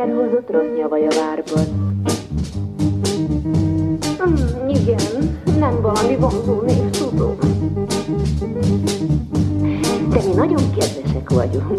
herhozott rossz nyavaj a várban. Igen, nem valami vonzó név, tudom. De mi nagyon kedvesek vagyunk.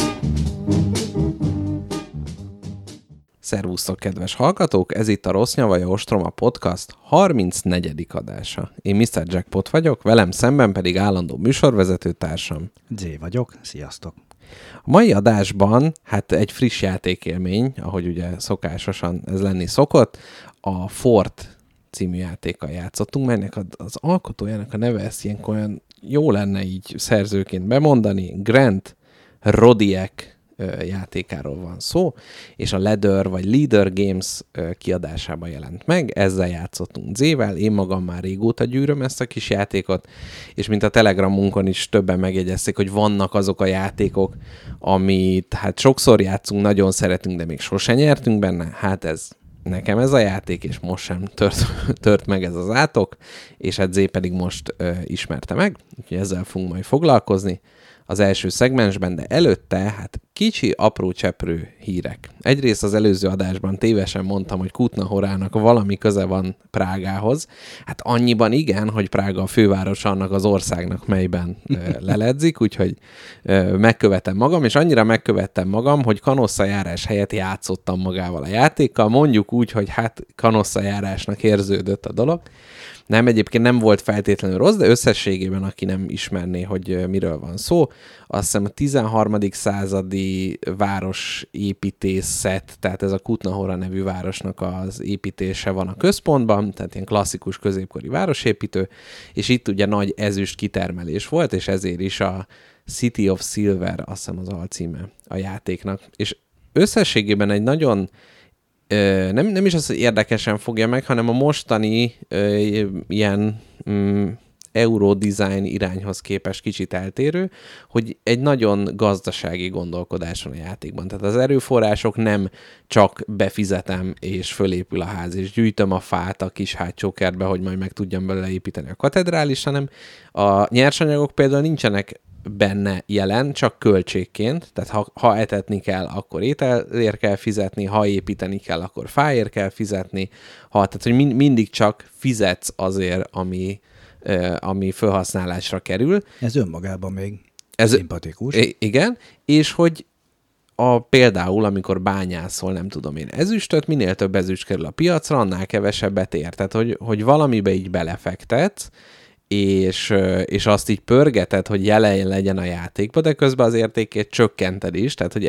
Szervusztok, kedves hallgatók! Ez itt a Rossz Nyavaja Ostroma Podcast 34. adása. Én Mr. Jackpot vagyok, velem szemben pedig állandó műsorvezetőtársam. Z vagyok, sziasztok! A mai adásban, hát egy friss játékélmény, ahogy ugye szokásosan ez lenni szokott, a Fort című játékkal játszottunk, melynek az alkotójának a neve, ezt ilyenkor olyan jó lenne így szerzőként bemondani, Grant Rodiek játékáról van szó, és a Leader Games kiadásában jelent meg, ezzel játszottunk Z-vel, én magam már régóta gyűröm ezt a kis játékot, és mint a Telegramunkon is többen megjegyezték, hogy vannak azok a játékok, amit hát sokszor játszunk, nagyon szeretünk, de még sosem nyertünk benne, hát nekem ez a játék, és most sem tört meg ez az átok, és hát Z pedig most ismerte meg, úgyhogy ezzel fogunk majd foglalkozni az első szegmensben, de előtte hát kicsi, apró cseprő hírek. Egyrészt az előző adásban tévesen mondtam, hogy Kutna Horának valami köze van Prágához. Hát annyiban igen, hogy Prága a főváros annak az országnak, melyben leledzik, úgyhogy megkövetem magam, és annyira megkövettem magam, hogy kanosszajárás helyett játszottam magával a játékkal. Mondjuk úgy, hogy hát kanosszajárásnak érződött a dolog. Nem, egyébként nem volt feltétlenül rossz, de összességében, aki nem ismerné, hogy miről van szó, azt hiszem a 13. századi városépítészet, tehát ez a Kutna Hora nevű városnak az építése van a központban, tehát ilyen klasszikus középkori városépítő, és itt ugye nagy ezüst kitermelés volt, és ezért is a City of Silver, azt hiszem az alcíme a játéknak. És összességében egy nagyon nem is az, hogy érdekesen fogja meg, hanem a mostani ilyen Euro-design irányhoz képest kicsit eltérő, hogy egy nagyon gazdasági gondolkodás van a játékban. Tehát az erőforrások nem csak befizetem és fölépül a ház, és gyűjtöm a fát a kis hátsó kertbe, hogy majd meg tudjam belőle építeni a katedrális, hanem a nyersanyagok például nincsenek benne jelen, csak költségként, tehát ha etetni kell, akkor ételért kell fizetni, ha építeni kell, akkor fáért kell fizetni, tehát hogy mindig csak fizetsz azért, ami felhasználásra kerül. Ez önmagában még szimpatikus. Igen, és hogy például, amikor bányászol, nem tudom én, ezüstöt, minél több ezüst kerül a piacra, annál kevesebbet ér. Tehát, hogy valamibe így belefektetsz, és azt így pörgeted, hogy jelen legyen a játékba, de közben az értékét csökkented is, tehát hogy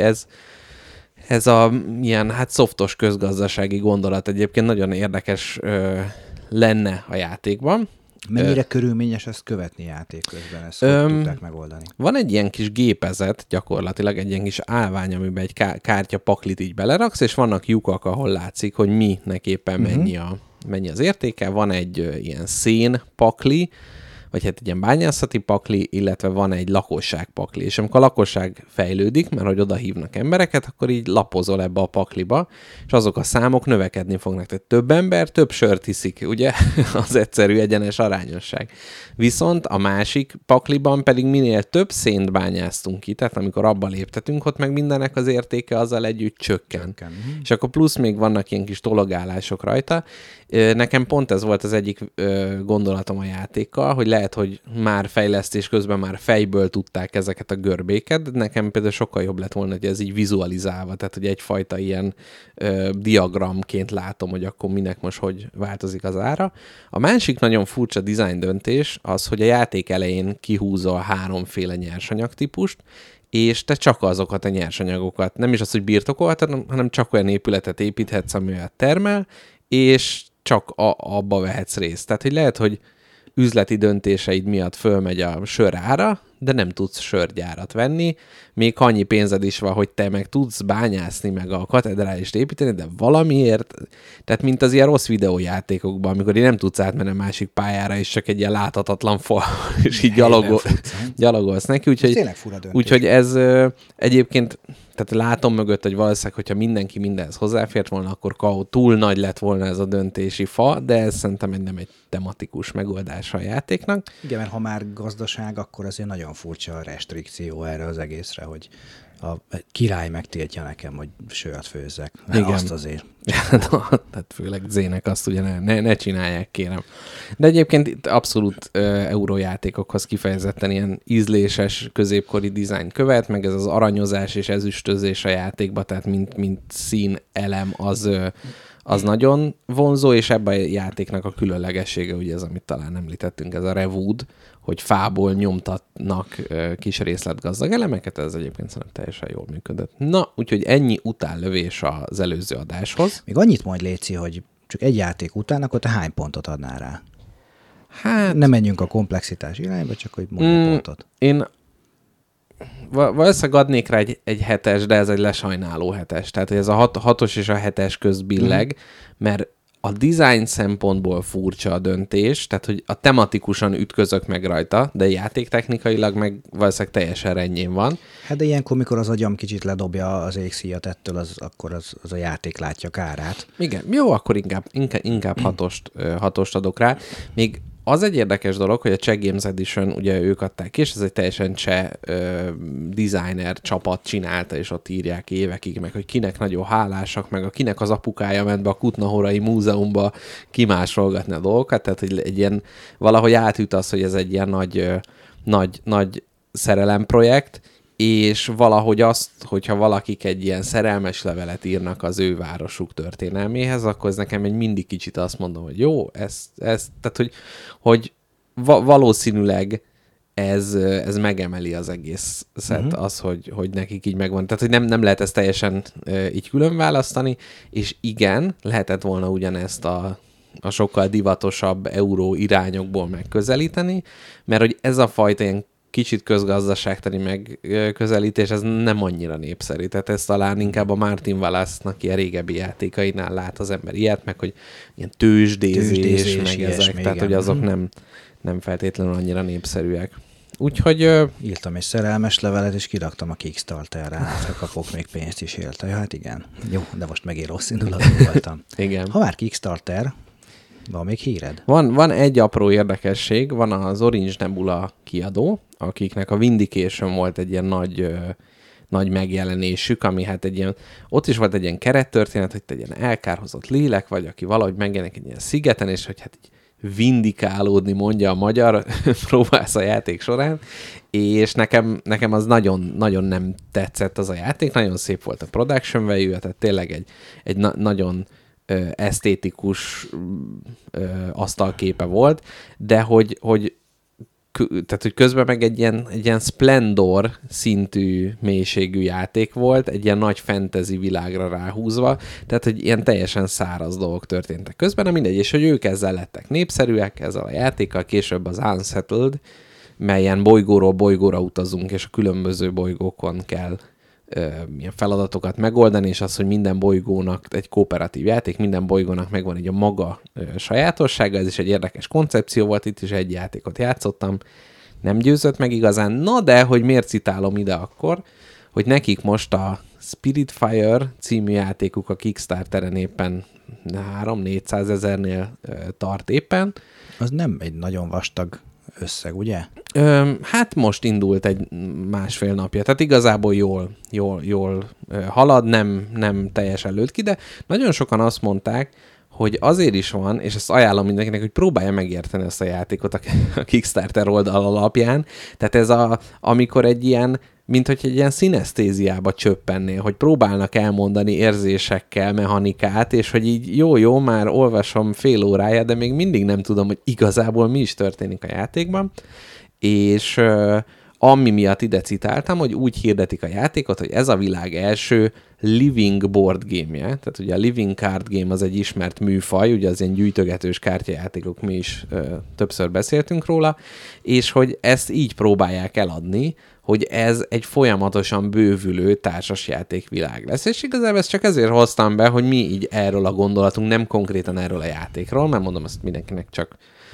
ez a ilyen hát szoftos közgazdasági gondolat egyébként nagyon érdekes lenne a játékban. Mennyire körülményes ezt követni játék közben? Ezt hogy tudták megoldani? Van egy ilyen kis gépezet, gyakorlatilag egy ilyen kis állvány, amiben egy kártya paklit így beleraksz, és vannak lyukak, ahol látszik, hogy minek éppen mennyi az értéke. Van egy ilyen szén pakli, vagy hát egy ilyen bányászati pakli, illetve van egy lakosság pakli. És amikor a lakosság fejlődik, mert hogy oda hívnak embereket, akkor így lapozol ebbe a pakliba, és azok a számok növekedni fognak. Tehát több ember, több sört hiszik, ugye? Az egyszerű egyenes arányosság. Viszont a másik pakliban pedig minél több szént bányáztunk ki, tehát amikor abba léptetünk, ott meg mindennek az értéke azzal együtt csökken. És akkor plusz még vannak ilyen kis tologálások rajta. Nekem pont ez volt az egyik gondolatom a játékkal, hogy lehet, hogy már fejlesztés közben már fejből tudták ezeket a görbéket, de nekem például sokkal jobb lett volna, hogy ez így vizualizálva, tehát hogy egyfajta ilyen diagramként látom, hogy akkor minek most hogy változik az ára. A másik nagyon furcsa design döntés az, hogy a játék elején kihúzol 3 nyersanyagtípust, és te csak azokat a nyersanyagokat, nem is az, hogy birtokolhatod, hanem csak olyan épületet építhetsz, ami olyat termel, és csak abba vehetsz részt. Tehát, hogy lehet, hogy üzleti döntéseid miatt fölmegy a sör ára, de nem tudsz sörgyárat venni, még annyi pénzed is van, hogy te meg tudsz bányászni, meg a katedrálist építeni, de valamiért, tehát mint az ilyen rossz videójátékokban, amikor így nem tudsz átmenni a másik pályára, és csak egy ilyen láthatatlan fal, és így gyalogolsz neki, úgyhogy ez egyébként, tehát látom mögött, hogy valószínűleg, hogyha mindenki mindenhez hozzáfért volna, akkor túl nagy lett volna ez a döntési fa, de ez szerintem nem egy tematikus megoldása a játéknak. Igen, mert ha már gazdaság, akkor azért nagyon furcsa a restrikció erre az egészre, hogy A király megtiltja nekem, hogy sört főzzek. Igen. Azt azért. Tehát főleg Zének azt ugye ne csinálják, kérem. De egyébként itt abszolút eurójátékokhoz kifejezetten ilyen ízléses középkori dizájn követ, meg ez az aranyozás és ezüstözés a játékba, tehát mint szín elem az nagyon vonzó, és ebben a játéknak a különlegessége, ugye ez, amit talán említettünk, ez a Rewood, hogy fából nyomtatnak kis részletgazdag elemeket, ez egyébként szerintem teljesen jól működött. Na, úgyhogy ennyi utánlövés az előző adáshoz. Még annyit majd Léci, hogy csak egy játék után, akkor te hány pontot adnál rá? Hát... Ne menjünk a komplexitás irányba, csak hogy mondj pontot. Én valószínűleg adnék rá egy 7-es, de ez egy lesajnáló 7-es. Tehát, hogy ez a 6-os és a 7-es közt billeg, mert a design szempontból furcsa a döntés, tehát, hogy a tematikusan ütközök meg rajta, de játéktechnikailag meg valószínűleg teljesen rendjén van. Hát de ilyenkor, mikor az agyam kicsit ledobja az égszíjat ettől, akkor az a játék látja kárát. Igen, jó, akkor inkább 6-ost adok rá. Még az egy érdekes dolog, hogy a Czech Games Edition, ugye ők adták ki, és ez egy teljesen cseh designer csapat csinálta, és ott írják évekig, meg hogy kinek nagyon hálásak, meg kinek az apukája ment be a Kutnahorai Múzeumba kimásolgatni a dolgokat, tehát hogy egy ilyen, valahogy átüt az, hogy ez egy ilyen nagy szerelemprojekt, és valahogy azt, hogyha valakik egy ilyen szerelmes levelet írnak az ő városuk történelméhez, akkor ez nekem egy mindig kicsit azt mondom, hogy jó, ez tehát, hogy valószínűleg ez megemeli az egészet, az, hogy nekik így megvan. Tehát, hogy nem lehet ezt teljesen így külön választani, és igen, lehetett volna ugyanezt a sokkal divatosabb euró irányokból megközelíteni, mert hogy ez a fajta ilyen kicsit közgazdaságtani megközelítés, ez nem annyira népszerű. Tehát ez talán inkább a Martin Wallace-nak ilyen régebbi játékainál lát az ember ilyet, meg hogy ilyen tőzsdézés meg ezek, tehát hogy azok nem feltétlenül annyira népszerűek. Úgyhogy... Írtam egy szerelmes levelet, és kiraktam a Kickstarterre, ha kapok még pénzt is érte. Ja, hát igen. Jó, de most megint rossz indulatú voltam. Igen. Ha már Kickstarter, van még híred? Van egy apró érdekesség, van az Orange Nebula kiadó, akiknek a Vindication volt egy ilyen nagy megjelenésük, ami hát egy ilyen, ott is volt egy ilyen kerettörténet, hogy te egy ilyen elkárhozott lélek vagy, aki valahogy megjelenik egy ilyen szigeten, és hogy hát így vindikálódni, mondja a magyar, próbálsz a játék során, és nekem az nagyon nem tetszett az a játék, nagyon szép volt a production value, tehát tényleg egy nagyon esztétikus asztalképe volt, de hogy közben meg egy ilyen Splendor szintű mélységű játék volt, egy ilyen nagy fantasy világra ráhúzva, tehát hogy ilyen teljesen száraz dolgok történtek közben, de mindegy, és hogy ők ezzel lettek népszerűek, ezzel a játékkal, később az Unsettled, melyen bolygóról bolygóra utazunk, és a különböző bolygókon kell ilyen feladatokat megoldani, és az, hogy minden bolygónak egy kooperatív játék, minden bolygónak megvan egy a maga sajátossága, ez is egy érdekes koncepció volt, itt is egy játékot játszottam, nem győzött meg igazán, na de, hogy miért citálom ide akkor, hogy nekik most a Spiritfire című játékuk a Kickstarteren éppen 300-400 ezernél tart éppen. Az nem egy nagyon vastag összeg, ugye? Hát most indult egy másfél napja, tehát igazából jól halad, nem teljesen lőtt ki, de nagyon sokan azt mondták, hogy azért is van, és ezt ajánlom mindenkinek, hogy próbálja megérteni ezt a játékot a Kickstarter oldal alapján. Tehát ez amikor egy ilyen, mint hogy egy ilyen szinesztéziába csöppennél, hogy próbálnak elmondani érzésekkel mechanikát, és hogy így jó, már olvasom fél órája, de még mindig nem tudom, hogy igazából mi is történik a játékban. És ami miatt ide citáltam, hogy úgy hirdetik a játékot, hogy ez a világ első living board game-je. Tehát ugye a living card game az egy ismert műfaj, ugye az ilyen gyűjtögetős kártyajátékok, mi is többször beszéltünk róla, és hogy ezt így próbálják eladni, hogy ez egy folyamatosan bővülő társasjátékvilág lesz. És igazából ezt csak ezért hoztam be, hogy mi így erről a gondolatunk, nem konkrétan erről a játékról, mert mondom, ezt mindenkinek csak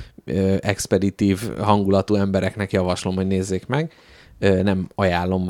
expeditív hangulatú embereknek javaslom, hogy nézzék meg. Nem ajánlom,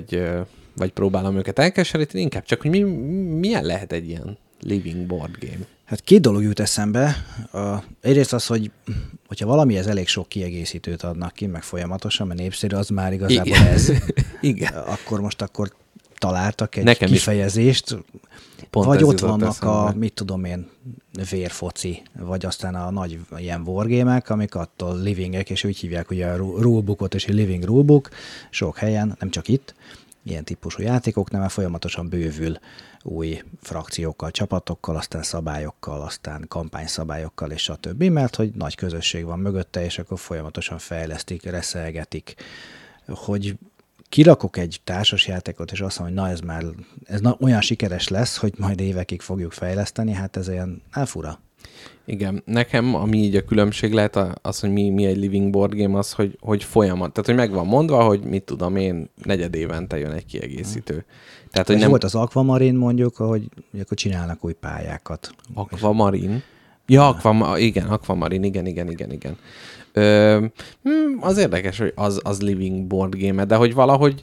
vagy próbálom őket elkeseríteni, inkább csak, hogy milyen lehet egy ilyen living board game. Hát két dolog jut eszembe. Egyrészt az, hogyha valamihez elég sok kiegészítőt adnak ki, meg folyamatosan, mert népszerű, az már igazából igen. Ez. Igen. Akkor találtak egy Nekem kifejezést, Pont vagy ez ott jutott vannak eszembe. mit tudom én, vérfoci, vagy aztán a nagy ilyen wargame-ek, amik attól livingek, és úgy hívják ugye a rulebookot, és a living rulebook, sok helyen, nem csak itt, ilyen típusú játékoknál már folyamatosan bővül új frakciókkal, csapatokkal, aztán szabályokkal, aztán kampányszabályokkal, és stb., mert hogy nagy közösség van mögötte, és akkor folyamatosan fejlesztik, reszelgetik, hogy kirakok egy társasjátékot, és azt mondom, hogy ez olyan sikeres lesz, hogy majd évekig fogjuk fejleszteni, hát ez olyan fura. Igen, nekem ami így a különbség lehet az, hogy mi egy living board game, az, hogy folyamat. Tehát, hogy meg van mondva, hogy mit tudom én, 4 évente jön egy kiegészítő. Tehát, hogy nem volt az Aquamarine mondjuk, hogy akkor csinálnak új pályákat. Aquamarine? Ja, Aquamarine, igen. Az érdekes, hogy az living board game, de hogy valahogy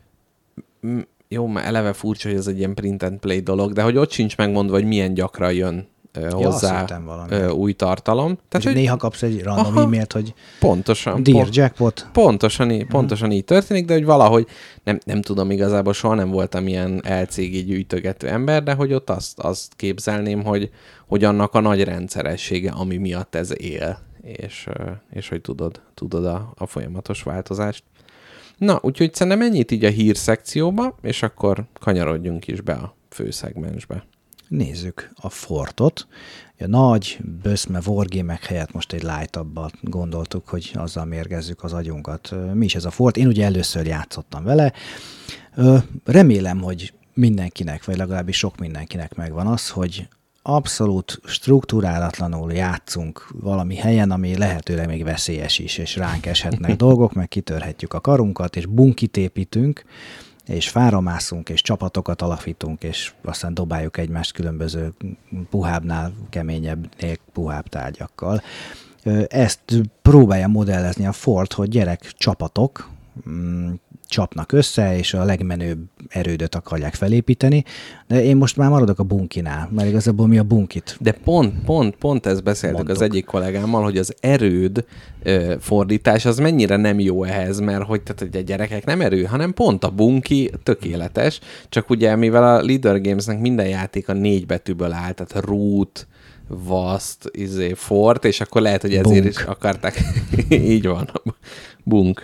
jó, mert eleve furcsa, hogy ez egy ilyen print and play dolog, de hogy ott sincs megmondva, hogy milyen gyakran jön hozzá új tartalom. Tehát, hogy néha kapsz egy random e-mailt, hogy pontosan, Dear Jackpot. Pontosan így történik, de hogy valahogy nem tudom, igazából soha nem voltam ilyen LCG gyűjtögető ember, de hogy ott azt képzelném, hogy annak a nagy rendszeressége, ami miatt ez él, és hogy tudod a folyamatos változást. Na, úgyhogy szerintem ennyit így a hírszekcióba, és akkor kanyarodjunk is be a főszegmensbe. Nézzük a Fortot. A nagy böszme wargame-ek helyett most egy lightabbat gondoltuk, hogy azzal mérgezzük az agyunkat. Mi is ez a Fort? Én ugye először játszottam vele. Remélem, hogy mindenkinek, vagy legalábbis sok mindenkinek megvan az, hogy abszolút strukturálatlanul játszunk valami helyen, ami lehetőleg még veszélyes is, és ránk eshetnek dolgok, meg kitörhetjük a karunkat, és bunkit építünk, és fára mászunk, és csapatokat alakítunk, és aztán dobáljuk egymást különböző puhábbnál keményebb, puhább tárgyakkal. Ezt próbálja modellezni a Fort, hogy gyerek csapatok csapnak össze, és a legmenőbb erődöt akarják felépíteni, de én most már maradok a bunkinál, mert igazából mi a bunkit. De pont ezt beszéltük mondtuk az egyik kollégámmal, hogy az erőd fordítás az mennyire nem jó ehhez, mert hogy a gyerekek nem erő, hanem pont a bunki tökéletes, csak ugye mivel a Leader Gamesnek minden játék a 4 betűből áll, tehát root, vast, fort, és akkor lehet, hogy ezért is akarták. Így van, bunk.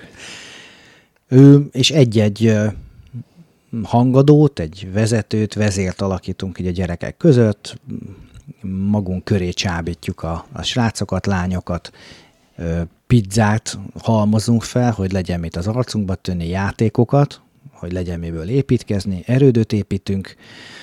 És egy-egy hangadót, egy vezetőt, vezért alakítunk így a gyerekek között, magunk köré csábítjuk a srácokat, lányokat, pizzát halmozunk fel, hogy legyen mit az arcunkba tönni, játékokat, hogy legyen miből építkezni, erődöt építünk,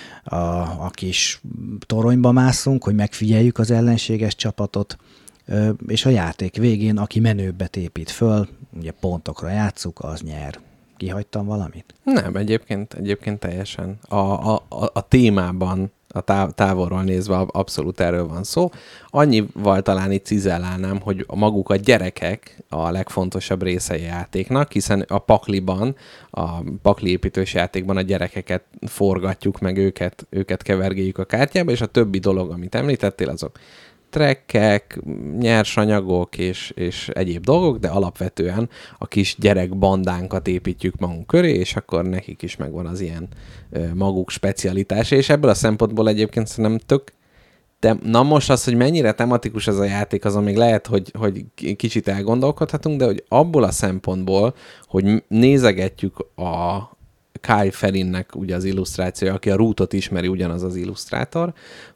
a kis toronyba mászunk, hogy megfigyeljük az ellenséges csapatot, és a játék végén, aki menőbbet épít föl, ugye pontokra játsszuk, az nyer. Kihagytam valamit? Nem, egyébként teljesen. A témában, a távolról nézve abszolút erről van szó. Annyival talán itt cizellálnám, hogy maguk a gyerekek a legfontosabb részei a játéknak, hiszen a pakliban, a pakli építős játékban a gyerekeket forgatjuk, meg őket kevergéljük a kártyába, és a többi dolog, amit említettél, azok trekkek, nyersanyagok és egyéb dolgok, de alapvetően a kis gyerekbandánkat építjük magunk köré, és akkor nekik is megvan az ilyen maguk specialitása, és ebből a szempontból egyébként szerintem na most az, hogy mennyire tematikus ez a játék, azon még lehet, hogy kicsit elgondolkodhatunk, de hogy abból a szempontból, hogy nézegetjük a Kyle Ferrinnek ugye az illusztrációja, aki a Rootot ismeri, ugyanaz az illusztrátor,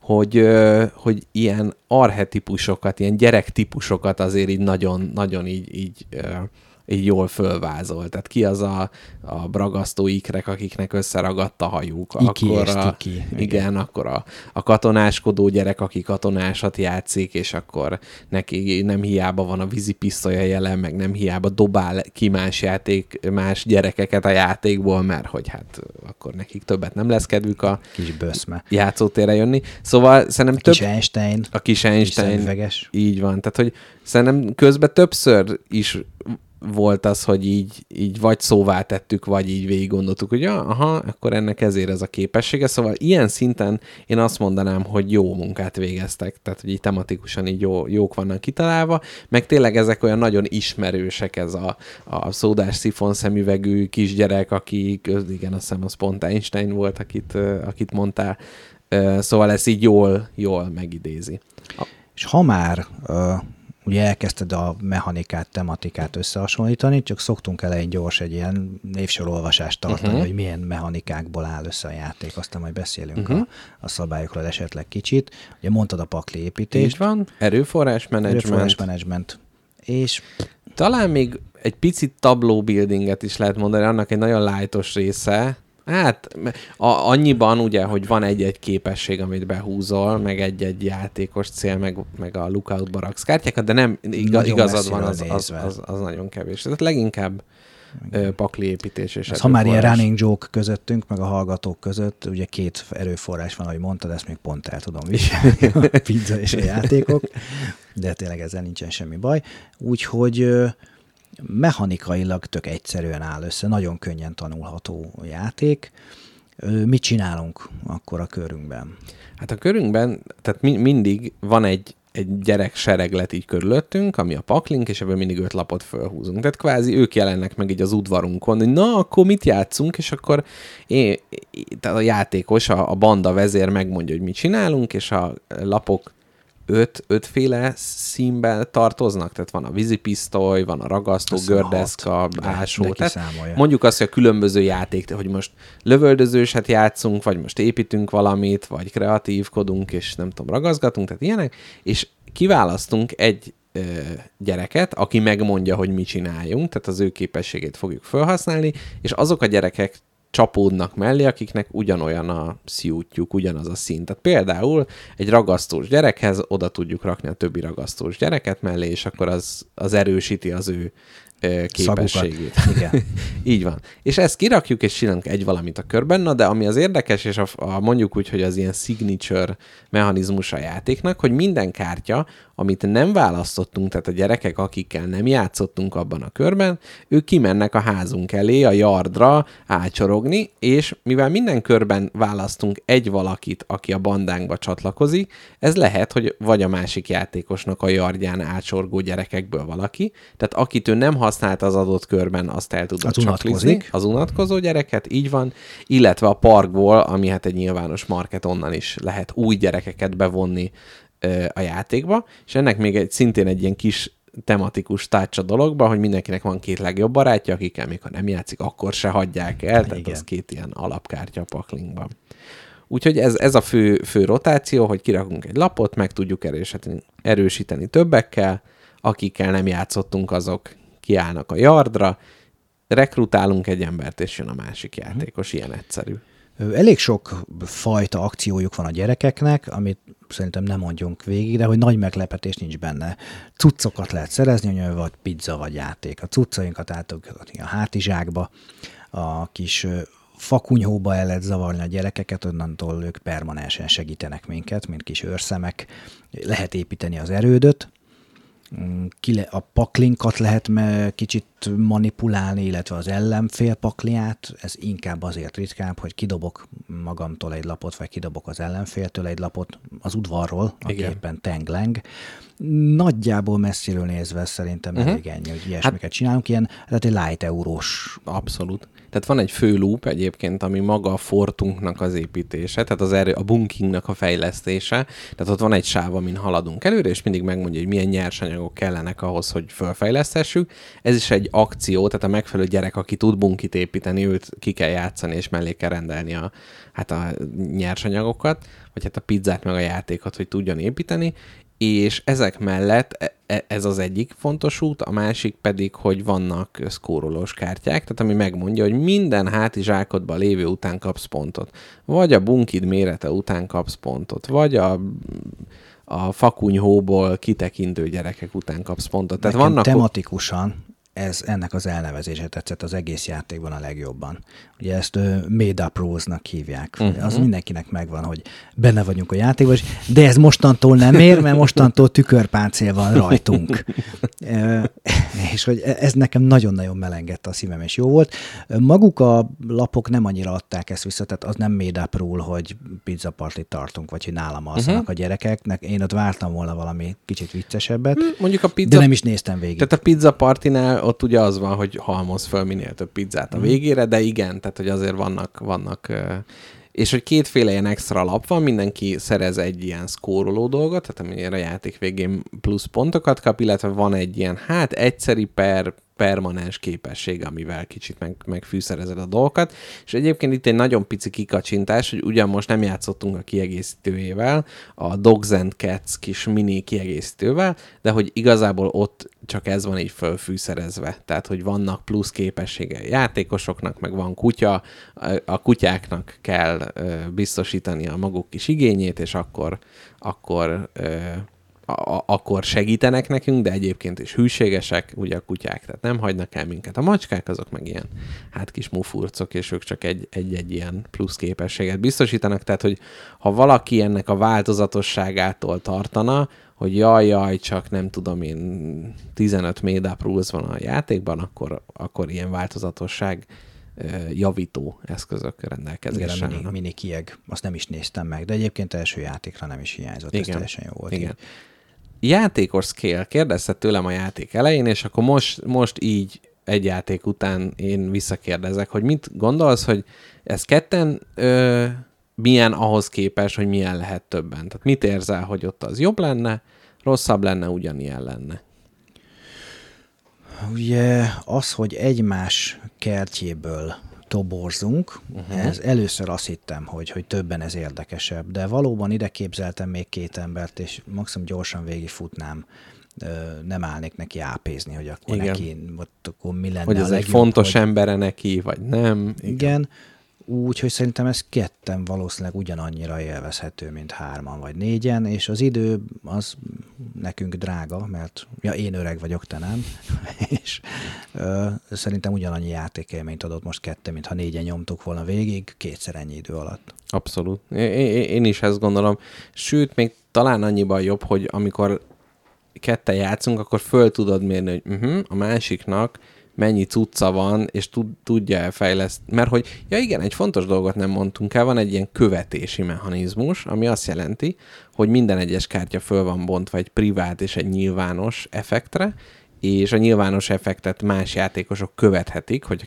hogy ilyen archetipusokat, ilyen gyerektípusokat azért így nagyon így jól fölvázol. Tehát ki az a bragasztó ikrek, akiknek összeragadt a hajuk. Igen, akkor a katonáskodó gyerek, aki katonásat játszik, és akkor neki nem hiába van a vízipisztolya jelen, meg nem hiába dobál ki más gyerekeket a játékból, mert hogy hát akkor nekik többet nem lesz kedvük a kis böszme játszótérre jönni. Szóval szerintem a kis Einstein. Így van. Tehát, hogy szerintem közben többször is volt az, hogy így vagy szóvá tettük, vagy így végig gondoltuk, hogy aha, akkor ennek ezért ez a képessége. Szóval ilyen szinten én azt mondanám, hogy jó munkát végeztek, tehát hogy így tematikusan így jók vannak kitalálva, meg tényleg ezek olyan nagyon ismerősek, ez a szódás szifon szemüvegű kisgyerek, aki, igen, azt hiszem az pont Einstein volt, akit mondtál, szóval ez így jól megidézi. És ha már ugye elkezdted a mechanikát, tematikát összehasonlítani, csak szoktunk elején gyors egy ilyen névsorolvasást tartani, hogy milyen mechanikákból áll össze a játék, aztán majd beszélünk a szabályokról esetleg kicsit. Ugye mondtad a pakli építést. Így van, erőforrásmenedzsment. És talán még egy picit tabló buildinget is lehet mondani, annak egy nagyon lightos része. Hát annyiban ugye, hogy van egy-egy képesség, amit behúzol, meg egy-egy játékos cél, meg a lookoutba raksz kártyákat, de nem igazad van, az nagyon kevés. Tehát leginkább pakli építés és ha már ilyen running joke közöttünk, meg a hallgatók között, ugye 2 erőforrás van, ahogy mondtad, ezt még pont el tudom viselni, a pizza és a játékok, de tényleg ezzel nincsen semmi baj. Úgyhogy mechanikailag tök egyszerűen áll össze, nagyon könnyen tanulható játék. Mit csinálunk akkor a körünkben? Hát a körünkben, tehát mindig van egy gyerek sereglet így körülöttünk, ami a paklink, és ebből mindig 5 lapot fölhúzunk. Tehát kvázi ők jelennek meg így az udvarunkon, hogy na, akkor mit játszunk, és akkor tehát a játékos, a banda vezér megmondja, hogy mit csinálunk, és a lapok 5 féle színben tartoznak, tehát van a vízipisztoly, van a ragasztó, gördeszka, ásó. Tehát mondjuk azt, hogy a különböző játék, hogy most lövöldözőset játszunk, vagy most építünk valamit, vagy kreatívkodunk, és nem tudom, ragaszgatunk, tehát ilyenek, és kiválasztunk egy gyereket, aki megmondja, hogy mit csináljunk, tehát az ő képességét fogjuk felhasználni, és azok a gyerekek csapódnak mellé, akiknek ugyanolyan a szjútjuk, ugyanaz a szint. Tehát például egy ragasztós gyerekhez oda tudjuk rakni a többi ragasztós gyereket mellé, és akkor az erősíti az ő képességét. Igen. Így van. És ezt kirakjuk, és csinálunk egy valamit a körben, na de ami az érdekes, és mondjuk úgy, hogy az ilyen signature mechanizmus a játéknak, hogy minden kártya, amit nem választottunk, tehát a gyerekek, akikkel nem játszottunk abban a körben, ők kimennek a házunk elé, a yardra ácsorogni, és mivel minden körben választunk egy valakit, aki a bandánkba csatlakozik, ez lehet, hogy vagy a másik játékosnak a yardján ácsorgó gyerekekből valaki, tehát akit ő nem használt az adott körben, azt el tudod csaklizni. Az unatkozó gyereket, így van, illetve a parkból, ami hát egy nyilvános market, onnan is lehet új gyerekeket bevonni a játékba, és ennek még szintén egy ilyen kis tematikus touch a dologba, hogy mindenkinek van 2 legjobb barátja, akikkel még ha nem játszik, akkor se hagyják el, tehát az 2 ilyen alapkártya a paklinkban. Úgyhogy ez a fő rotáció, hogy kirakunk egy lapot, meg tudjuk erősíteni többekkel, akikkel nem játszottunk, azok kiállnak a yardra, rekrutálunk egy embert, és jön a másik játékos, ilyen egyszerű. Elég sok fajta akciójuk van a gyerekeknek, amit szerintem nem mondjunk végig, de hogy nagy meglepetés nincs benne. Cuccokat lehet szerezni, vagy pizza, vagy játék. A cuccainkat átadjuk a hátizsákba, a kis fakunyhóba el lehet zavarni a gyerekeket, onnantól ők permanensen segítenek minket, mint kis őrszemek. Lehet építeni az erődöt, a paklinkat lehet kicsit manipulálni, illetve az ellenfél pakliát, ez inkább azért ritkább, hogy kidobok magamtól egy lapot, vagy kidobok az ellenféltől egy lapot az udvarról, aki éppen tengleng. Nagyjából messziről nézve szerintem elég ennyi, hogy ilyesmiket csinálunk, ilyen, tehát egy light eurós. Abszolút. Tehát van egy fő loop egyébként, ami maga a fortunknak az építése, tehát a bunkingnak a fejlesztése, tehát ott van egy sáv, amin haladunk előre, és mindig megmondja, hogy milyen nyersanyagok kellenek ahhoz, hogy felfejlesztessük. Ez is egy akció, tehát a megfelelő gyerek, aki tud bunkit építeni, őt ki kell játszani, és mellé kell rendelni a nyersanyagokat, vagy hát a pizzát meg a játékot, hogy tudjon építeni, és ezek mellett ez az egyik fontos út, a másik pedig, hogy vannak szkórolós kártyák, tehát ami megmondja, hogy minden hátizsákodban lévő után kapsz pontot. Vagy a bunkid mérete után kapsz pontot, vagy a fakunyhóból kitekintő gyerekek után kapsz pontot. Tehát vannak tematikusan ennek az elnevezése tetszett az egész játékban a legjobban. Ugye ezt made up rules-nak hívják. Az mindenkinek megvan, hogy benne vagyunk a játékban, de ez mostantól nem ér, mert mostantól tükörpáncél van rajtunk. És hogy ez nekem nagyon-nagyon melengedte a szívem, és jó volt. Maguk a lapok nem annyira adták ezt vissza, tehát az nem made up rule, hogy pizza partit tartunk, vagy hogy nálam alszanak a gyerekeknek. Én ott vártam volna valami kicsit viccesebbet, Mondjuk a pizza... de nem is néztem végig. Tehát a pizza partinál ott ugye az van, hogy halmoz föl minél több pizzát a végére, de igen, tehát hogy azért vannak és hogy kétféle ilyen extra lap van, mindenki szerez egy ilyen szkóroló dolgot, tehát amire a játék végén plusz pontokat kap, illetve van egy ilyen, egyszeri permanens képesség, amivel kicsit megfűszerezed a dolgokat, és egyébként itt egy nagyon pici kikacsintás, hogy ugyan most nem játszottunk a kiegészítőjével, a Dogs and Cats kis mini kiegészítővel, de hogy igazából ott csak ez van így fölfűszerezve, tehát hogy vannak plusz képessége a játékosoknak, meg van kutya, a kutyáknak kell biztosítani a maguk kis igényét, és akkor segítenek nekünk, de egyébként is hűségesek, ugye a kutyák, tehát nem hagynak el minket. A macskák azok meg ilyen kis mufurcok, és ők csak egy ilyen plusz képességet biztosítanak, tehát hogy ha valaki ennek a változatosságától tartana, hogy jaj, csak nem tudom én 15 made up rules van a játékban, akkor ilyen változatosság javító eszközök rendelkezésre. Igen, a mini kieg, azt nem is néztem meg, de egyébként első játékra nem is hiányzott, ez teljesen jó volt. Igen. Játékos scale, kérdezted tőlem a játék elején, és akkor most így egy játék után én visszakérdezek, hogy mit gondolsz, hogy ez ketten milyen ahhoz képest, hogy milyen lehet többen? Tehát mit érzel, hogy ott az jobb lenne, rosszabb lenne, ugyanilyen lenne? Ugye az, hogy egymás kertjéből toborzunk, ez először azt hittem, hogy többen ez érdekesebb, de valóban ide képzeltem még két embert, és maximum gyorsan végigfutnám, nem állnék neki ápézni, hogy akkor neki, akkor mi lenne hogy ez a legjobb, egy fontos embere neki, vagy nem. Igen. Úgyhogy szerintem ez ketten valószínűleg ugyanannyira élvezhető, mint 3 vagy 4, és az idő az nekünk drága, mert én öreg vagyok, te nem, és szerintem ugyanannyi játékélményt adott most 2, mintha 4 nyomtuk volna végig, 2-szer ennyi idő alatt. Abszolút. Én is ezt gondolom. Sőt, még talán annyiban jobb, hogy amikor ketten játszunk, akkor föl tudod mérni, hogy a másiknak mennyi cucca van, és tudja elfejleszteni. Mert hogy, igen, egy fontos dolgot nem mondtunk el, van egy ilyen követési mechanizmus, ami azt jelenti, hogy minden egyes kártya föl van bontva egy privát és egy nyilvános effektre, és a nyilvános effektet más játékosok követhetik, hogy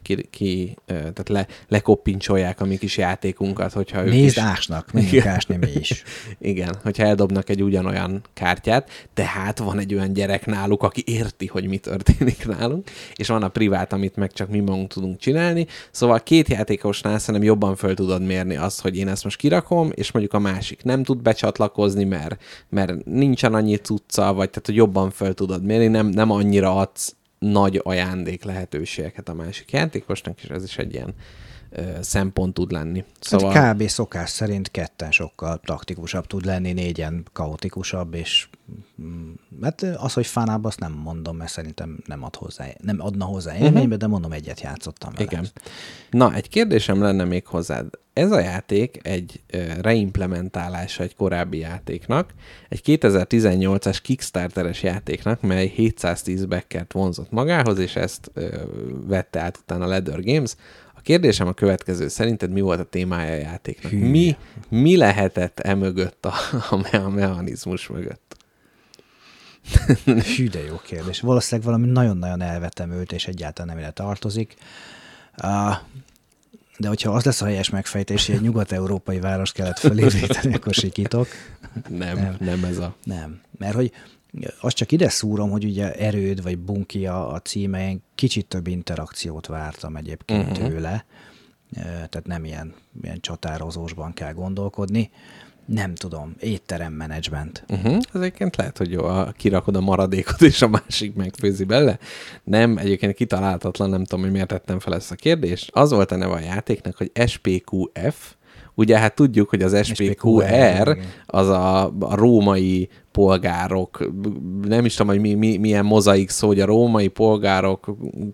tehát lekoppintsolják a mi kis játékunkat, hogyha ők Nézd ásnak, menjünk ásni mi is. Igen, hogyha eldobnak egy ugyanolyan kártyát, tehát van egy olyan gyerek náluk, aki érti, hogy mi történik nálunk, és van a privát, amit meg csak mi magunk tudunk csinálni. Szóval 2 játékosnál szerintem jobban föl tudod mérni azt, hogy én ezt most kirakom, és mondjuk a másik nem tud becsatlakozni, mert nincsen annyi cucca, vagy tehát, hogy jobban föl tudod mérni, nem annyira adsz nagy ajándék lehetőségeket a másik játékosnak, és ez is egy ilyen szempont tud lenni. Szóval... Hát kb. Szokás szerint 2 sokkal taktikusabb tud lenni, 4 kaotikusabb, és hát az, hogy fánább, azt nem mondom, mert szerintem nem adna hozzá élménybe, de mondom, egyet játszottam vele. Igen. Na, egy kérdésem lenne még hozzád. Ez a játék egy reimplementálása egy korábbi játéknak, egy 2018-as Kickstarteres játéknak, mely 710 backert vonzott magához, és ezt vette át utána a Leather Games. A kérdésem a következő, szerinted mi volt a témája a játéknak? Mi lehetett mögött a mechanizmus mögött? Hű, de jó kérdés. Valószínűleg valami nagyon-nagyon elvetemült, és egyáltalán nem ide tartozik. De hogyha az lesz a helyes megfejtés, hogy egy nyugat-európai város kellett fölépíteni, akkor sikítok. Nem ez a... Nem, mert hogy azt csak ide szúrom, hogy ugye Erőd vagy Bunky a címein kicsit több interakciót vártam egyébként tőle, tehát nem ilyen csatározósban kell gondolkodni. Nem tudom, étteremmenedzsment. Ez egyébként lehet, hogy jó, kirakod a maradékot, és a másik megfőzi bele. Nem, egyébként kitalálhatatlan, nem tudom, hogy miért tettem fel ezt a kérdést. Az volt a neve a játéknak, hogy SPQF. Ugye hát tudjuk, hogy az SPQR az a római polgárok, nem is tudom, hogy milyen mozaik szó, hogy a római polgárok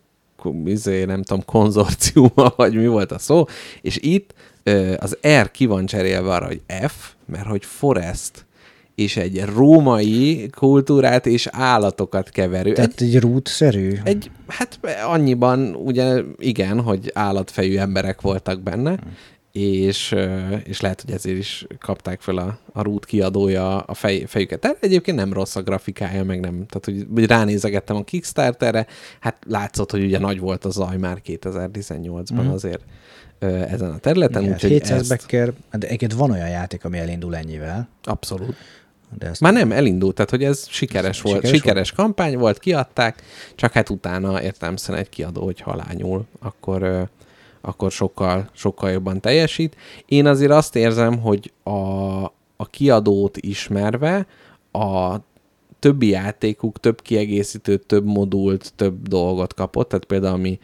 nem tudom, konzorciuma, vagy mi volt a szó, és itt az R ki van cserélve arra, hogy F, mert hogy forest, és egy római kultúrát és állatokat keverő. Tehát egy rútszerű? Hát annyiban ugye igen, hogy állatfejű emberek voltak benne, és lehet, hogy ezért is kapták fel a Root kiadója a fejüket. Tehát egyébként nem rossz a grafikája, meg nem. Tehát, hogy ránézegettem a Kickstarterre, hát látszott, hogy ugye nagy volt a zaj már 2018-ban azért ezen a területen. Igen, úgyhogy 700 backer, de egyébként van olyan játék, ami elindul ennyivel. Abszolút. De ezt már nem elindult, tehát hogy ez sikeres kampány volt, kiadták, csak hát utána értelemszerűen egy kiadó, hogy halányul, akkor sokkal jobban teljesít. Én azért azt érzem, hogy a kiadót ismerve a többi játékuk több kiegészítőt, több modult, több dolgot kapott, tehát például ami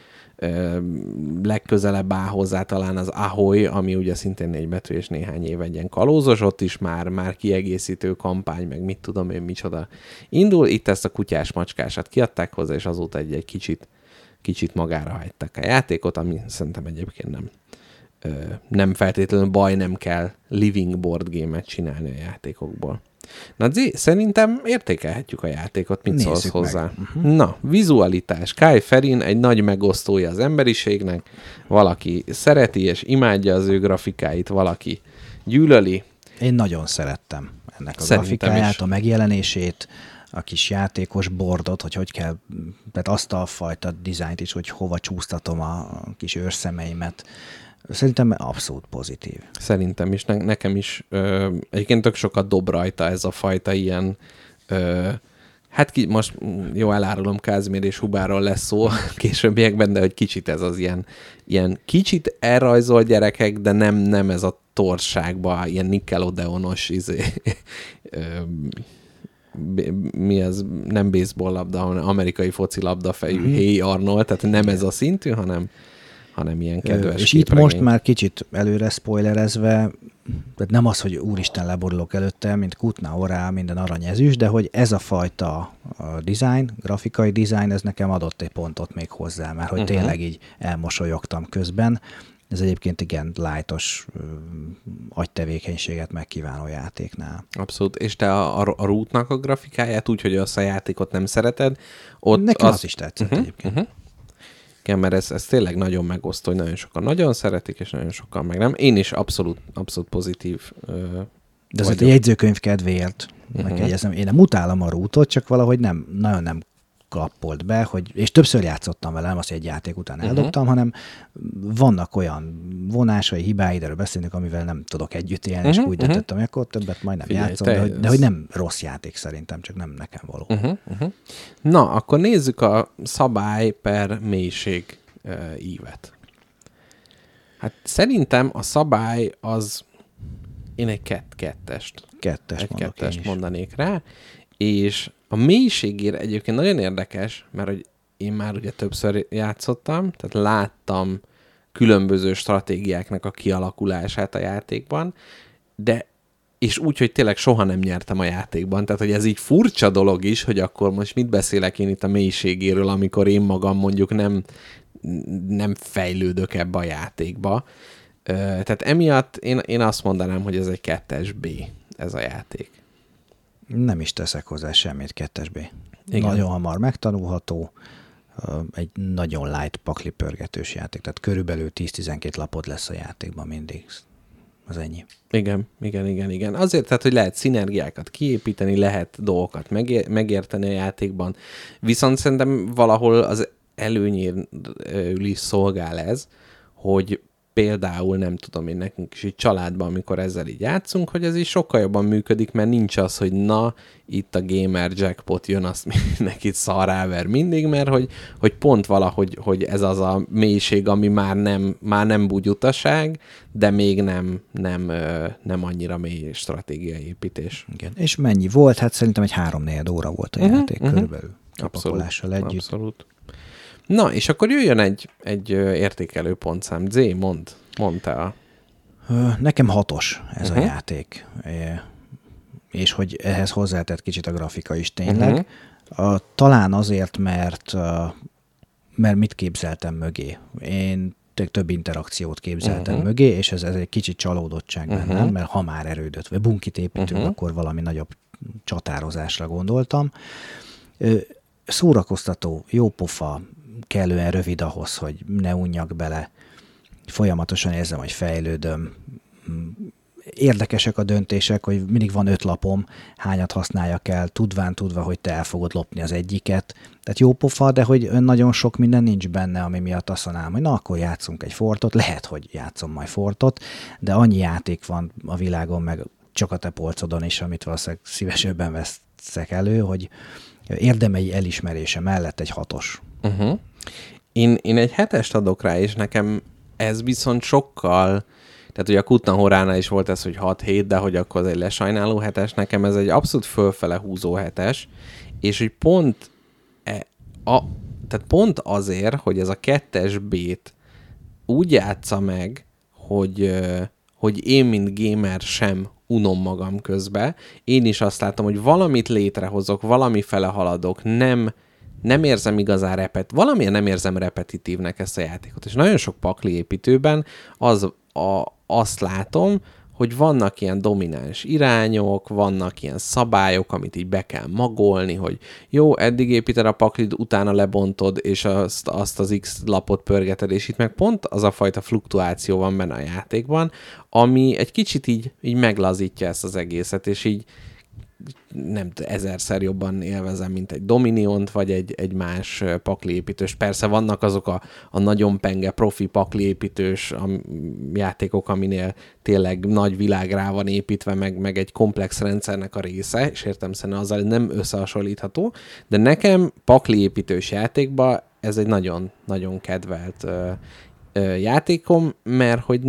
legközelebb áll hozzá talán az Ahoy, ami ugye szintén 4 betű és néhány év egy ilyen kalózos, ott is már kiegészítő kampány, meg mit tudom én micsoda indul. Itt ezt a kutyás-macskásat kiadták hozzá, és azóta egy kicsit magára hagyták a játékot, ami szerintem egyébként nem feltétlenül baj, nem kell living board game-et csinálni a játékokból. Na Zé, szerintem értékelhetjük a játékot, mit szólsz hozzá? Na, vizualitás. Kai Ferin egy nagy megosztója az emberiségnek, valaki szereti és imádja az ő grafikáit, valaki gyűlöli. Én nagyon szerettem ennek a grafikáját, a megjelenését, a kis játékos bordot, hogy kell, tehát azt a fajta dizájnt is, hogy hova csúsztatom a kis őrszemeimet. Szerintem abszolút pozitív. Szerintem is, nekem is. Egyébként tök sokat dob rajta ez a fajta ilyen, hát most jó, elárulom, Kázmér és Hubáról lesz szó későbbiekben, de hogy kicsit ez az ilyen kicsit elrajzolt gyerekek, de nem ez a torságba, ilyen Nickelodeonos mi ez, nem baseball labda, hanem amerikai focilabda fejű Hey Arnold, tehát nem ez a szintű, hanem ilyen kedves és itt most már kicsit előre spoilerezve, tehát nem az, hogy úristen leborulok előtte, mint Kutna Orá, minden aranyezüst, de hogy ez a fajta design, grafikai design, ez nekem adott egy pontot még hozzá, mert hogy tényleg így elmosolyogtam közben. Ez egyébként igen lightos agytevékenységet megkívánó játéknál. Abszolút. És te a Rootnak a grafikáját úgy, hogy azt a játékot nem szereted? Ott nekem az is tetszett egyébként. Igen, mert ez tényleg nagyon megosztó, hogy nagyon sokan nagyon szeretik, és nagyon sokan meg nem. Én is abszolút pozitív de azért a jegyzőkönyv kedvéért megjegyezem. Én nem utálom a Rootot, csak valahogy nagyon nem klappolt be, és többször játszottam vele, nem azt, hogy egy játék után eldobtam, hanem vannak olyan vonásai, hibái, erről beszélünk, amivel nem tudok együtt élni, és úgy döntöttem, hogy akkor többet majd nem játszom, de hogy nem rossz játék szerintem, csak nem nekem való. Na, akkor nézzük a szabály per mélység ívet. Hát szerintem a szabály az én egy kettest mondanék rá, és a mélységére egyébként nagyon érdekes, mert hogy én már ugye többször játszottam, tehát láttam különböző stratégiáknak a kialakulását a játékban, és úgy, hogy tényleg soha nem nyertem a játékban. Tehát, hogy ez így furcsa dolog is, hogy akkor most mit beszélek én itt a mélységéről, amikor én magam mondjuk nem fejlődök ebbe a játékba. Tehát emiatt én azt mondanám, hogy ez egy 2-es B, ez a játék. Nem is teszek hozzá semmit, 2-es B. Igen. Nagyon hamar megtanulható, egy nagyon light paklipörgetős játék, tehát körülbelül 10-12 lapod lesz a játékban mindig. Az ennyi. Igen. Azért, tehát, hogy lehet szinergiákat kiépíteni, lehet dolgokat megérteni a játékban, viszont szerintem valahol az előnyéről is szolgál ez, hogy például nem tudom én nekünk is így családban, amikor ezzel így játszunk, hogy ez is sokkal jobban működik, mert nincs az, hogy na, itt a gamer jackpot jön, azt mindenkit szarráver mindig, mert hogy pont valahogy hogy ez az a mélység, ami már nem bugyutaság, de még nem annyira mély stratégiai építés. Igen. És mennyi volt? Hát szerintem egy 3-4 óra volt a játék körülbelül. Kapakolással együtt. Abszolút. Na, és akkor jöjjön egy értékelő pontszám. Z, mondta. Nekem 6-os ez a játék. és hogy ehhez hozzátett kicsit a grafika is tényleg. Talán azért, mert mit képzeltem mögé. Én több interakciót képzeltem mögé, és ez egy kicsit csalódottság bennem, mert ha már erődött, vagy bunkit építünk, akkor valami nagyobb csatározásra gondoltam. Szórakoztató, jó pofa, kellően rövid ahhoz, hogy ne unjak bele. Folyamatosan érzem, hogy fejlődöm. Érdekesek a döntések, hogy mindig van 5 lapom, hányat használjak el, tudva, hogy te el fogod lopni az egyiket. Tehát jó pofa, de hogy nagyon sok minden nincs benne, ami miatt azt mondanám, hogy na, akkor játszunk egy Fortot. Lehet, hogy játszom majd Fortot, de annyi játék van a világon, meg csak a te polcodon is, amit valószínűleg szívesebben veszek elő, hogy érdemei elismerése mellett egy 6-os. Én egy 7-est adok rá, és nekem ez viszont sokkal, tehát ugye a Kutna Horánál is volt ez, hogy 6-7, de hogy akkor az egy lesajnáló 7-es, nekem ez egy abszolút fölfele húzó 7-es, és hogy pont azért, hogy ez a 2-es B-t úgy játsza meg, hogy én, mint gamer sem unom magam közbe. Én is azt látom, hogy valamit létrehozok, valamifele haladok, nem érzem igazán valamilyen nem érzem repetitívnek ezt a játékot. És nagyon sok pakli építőben azt látom, hogy vannak ilyen domináns irányok, vannak ilyen szabályok, amit így be kell magolni, hogy jó, eddig építed a paklid, utána lebontod, és azt az X lapot pörgeted, és itt meg pont az a fajta fluktuáció van benne a játékban, ami egy kicsit így meglazítja ezt az egészet, és így nem 1000-szer jobban élvezem, mint egy Dominiont, vagy egy más pakliépítős. Persze vannak azok a nagyon penge profi pakliépítős játékok, aminél tényleg nagy világ rá van építve, meg egy komplex rendszernek a része, és értem szerint azzal nem összehasonlítható, de nekem pakliépítős játékban ez egy nagyon kedvelt játékom, mert hogy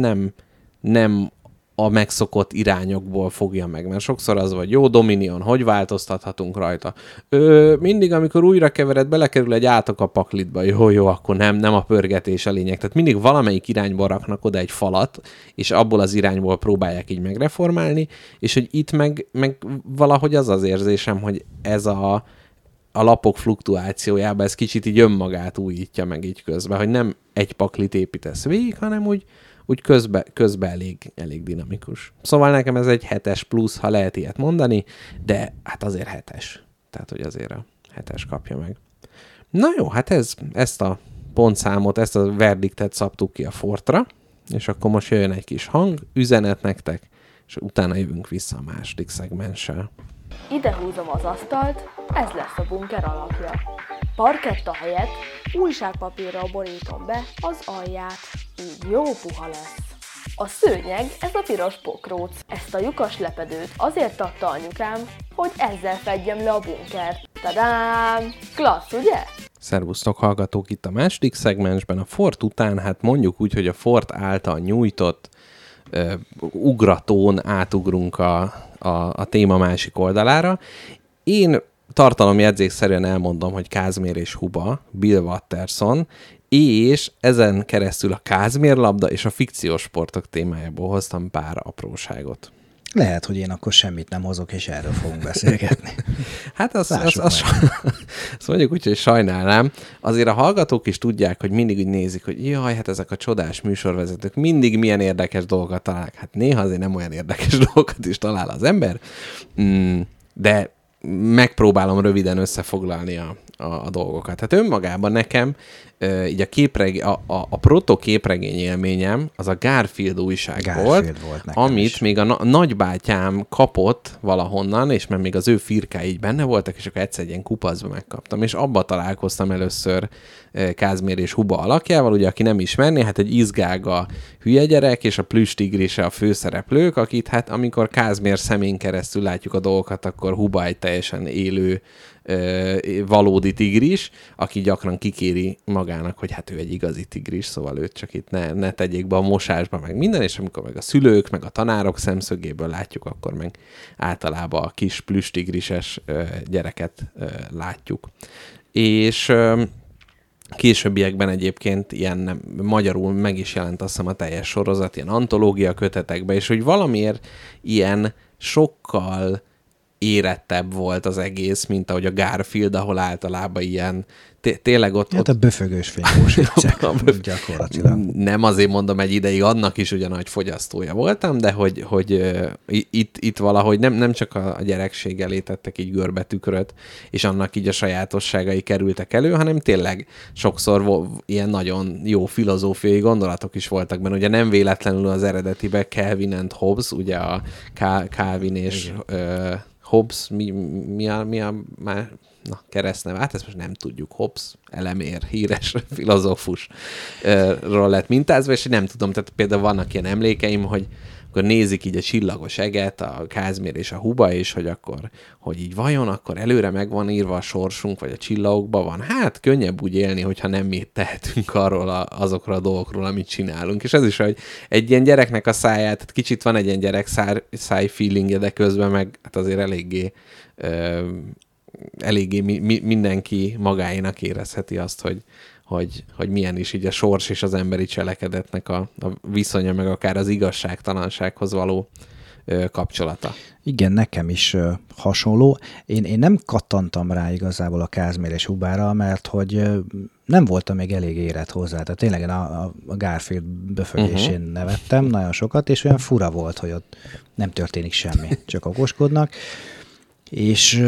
nem a megszokott irányokból fogja meg. Mert sokszor az vagy, jó, Dominion, hogy változtathatunk rajta? Mindig, amikor újra kevered, belekerül egy átok a paklitba. Jó, akkor nem a pörgetés a lényeg. Tehát mindig valamelyik irányból raknak oda egy falat, és abból az irányból próbálják így megreformálni, és hogy itt meg valahogy az érzésem, hogy ez a lapok fluktuációjában ez kicsit így önmagát újítja meg így közben, hogy nem egy paklit építesz végig, hanem úgy közben elég dinamikus. Szóval nekem ez egy 7-es plusz, ha lehet ilyet mondani, de hát azért 7-es. Tehát, hogy azért a 7-es kapja meg. Na jó, hát ezt a pontszámot, ezt a verdiktet szabtuk ki a Fortra, és akkor most jöjjön egy kis üzenet nektek, és utána jövünk vissza a második szegmenssel. Ide húzom az asztalt, ez lesz a bunker alapja. Parketta helyett újságpapírral borítom be az alját, így jó puha lesz. A szőnyeg, ez a piros pokróc. Ezt a lyukas lepedőt azért adta anyukám, hogy ezzel fedjem le a bunkert. Tadám! Klassz, ugye? Szervusztok, hallgatók, itt a második szegmensben. A Fort után, hát mondjuk úgy, hogy a Fort által nyújtott ugratón átugrunk a téma másik oldalára. Én tartalomjegyzékszerűen elmondom, hogy Kázmér és Huba, Bill Watterson, és ezen keresztül a Kázmér labda és a fikciós sportok témájából hoztam pár apróságot. Lehet, hogy én akkor semmit nem hozok, és erről fogunk beszélgetni. Hát azt mondjuk úgy, hogy sajnálnám. Azért a hallgatók is tudják, hogy mindig úgy nézik, hogy jaj, hát ezek a csodás műsorvezetők mindig milyen érdekes dolgokat találnak. Hát néha azért nem olyan érdekes dolgokat is talál az ember, de megpróbálom röviden összefoglalni a dolgokat. Tehát önmagában nekem így a proto képregény élményem az a Garfield újság volt amit is. Még a nagybátyám kapott valahonnan, és mert még az ő firkái így benne voltak, és akkor egyszer egy ilyen kupacba megkaptam, és abba találkoztam először Kázmér és Huba alakjával, ugye aki nem ismerné, hát egy izgága hülye gyerek, és a plüss tigrise a főszereplők, akit hát amikor Kázmér szemén keresztül látjuk a dolgokat, akkor Huba egy teljesen élő valódi tigris, aki gyakran kikéri magának, hogy hát ő egy igazi tigris, szóval őt csak itt ne tegyék be a mosásba, meg minden, és amikor meg a szülők, meg a tanárok szemszögéből látjuk, akkor meg általában a kis plüss tigrises gyereket látjuk. És későbbiekben egyébként ilyen magyarul meg is jelent azt hiszem a teljes sorozat, ilyen antológia kötetekbe, és hogy valamiért ilyen sokkal érettebb volt az egész, mint ahogy a Garfield, ahol általában ilyen tényleg ott... Hát a böfögős fényós viccek gyakorlatilag. Nem azért mondom, egy ideig annak is ugyan nagy fogyasztója voltam, de hogy itt valahogy nem csak a gyerekség elé tettek így görbetükröt, és annak így a sajátosságai kerültek elő, hanem tényleg sokszor ilyen nagyon jó filozófiai gondolatok is voltak benne. Ugye nem véletlenül az eredetiben Calvin and Hobbes, ugye a Calvin és Hobbes, mi a már... Na, keresztneve, hát ezt most nem tudjuk, Hobbes, elemér, híres filozófusról lett mintázva, és nem tudom, tehát például vannak ilyen emlékeim, hogy akkor nézik így a csillagos eget, a Kázmér és a Huba, és hogy akkor, hogy így vajon, akkor előre meg van írva a sorsunk, vagy a csillagokban van. Hát könnyebb úgy élni, hogyha nem mi tehetünk arról azokról a dolgokról, amit csinálunk. És ez is, hogy egy ilyen gyereknek a száját, tehát kicsit van egy ilyen gyerek száj feelingje, de közben meg hát azért eléggé mindenki magáénak érezheti azt, hogy milyen is így a sors és az emberi cselekedetnek a viszonya, meg akár az igazságtalansághoz való kapcsolata. Igen, nekem is hasonló. Én nem kattantam rá igazából a Kázmér és Hubára, mert hogy nem voltam még elég érett hozzá. Tehát tényleg a Garfield böfögésén nevettem nagyon sokat, és olyan fura volt, hogy ott nem történik semmi, csak okoskodnak. És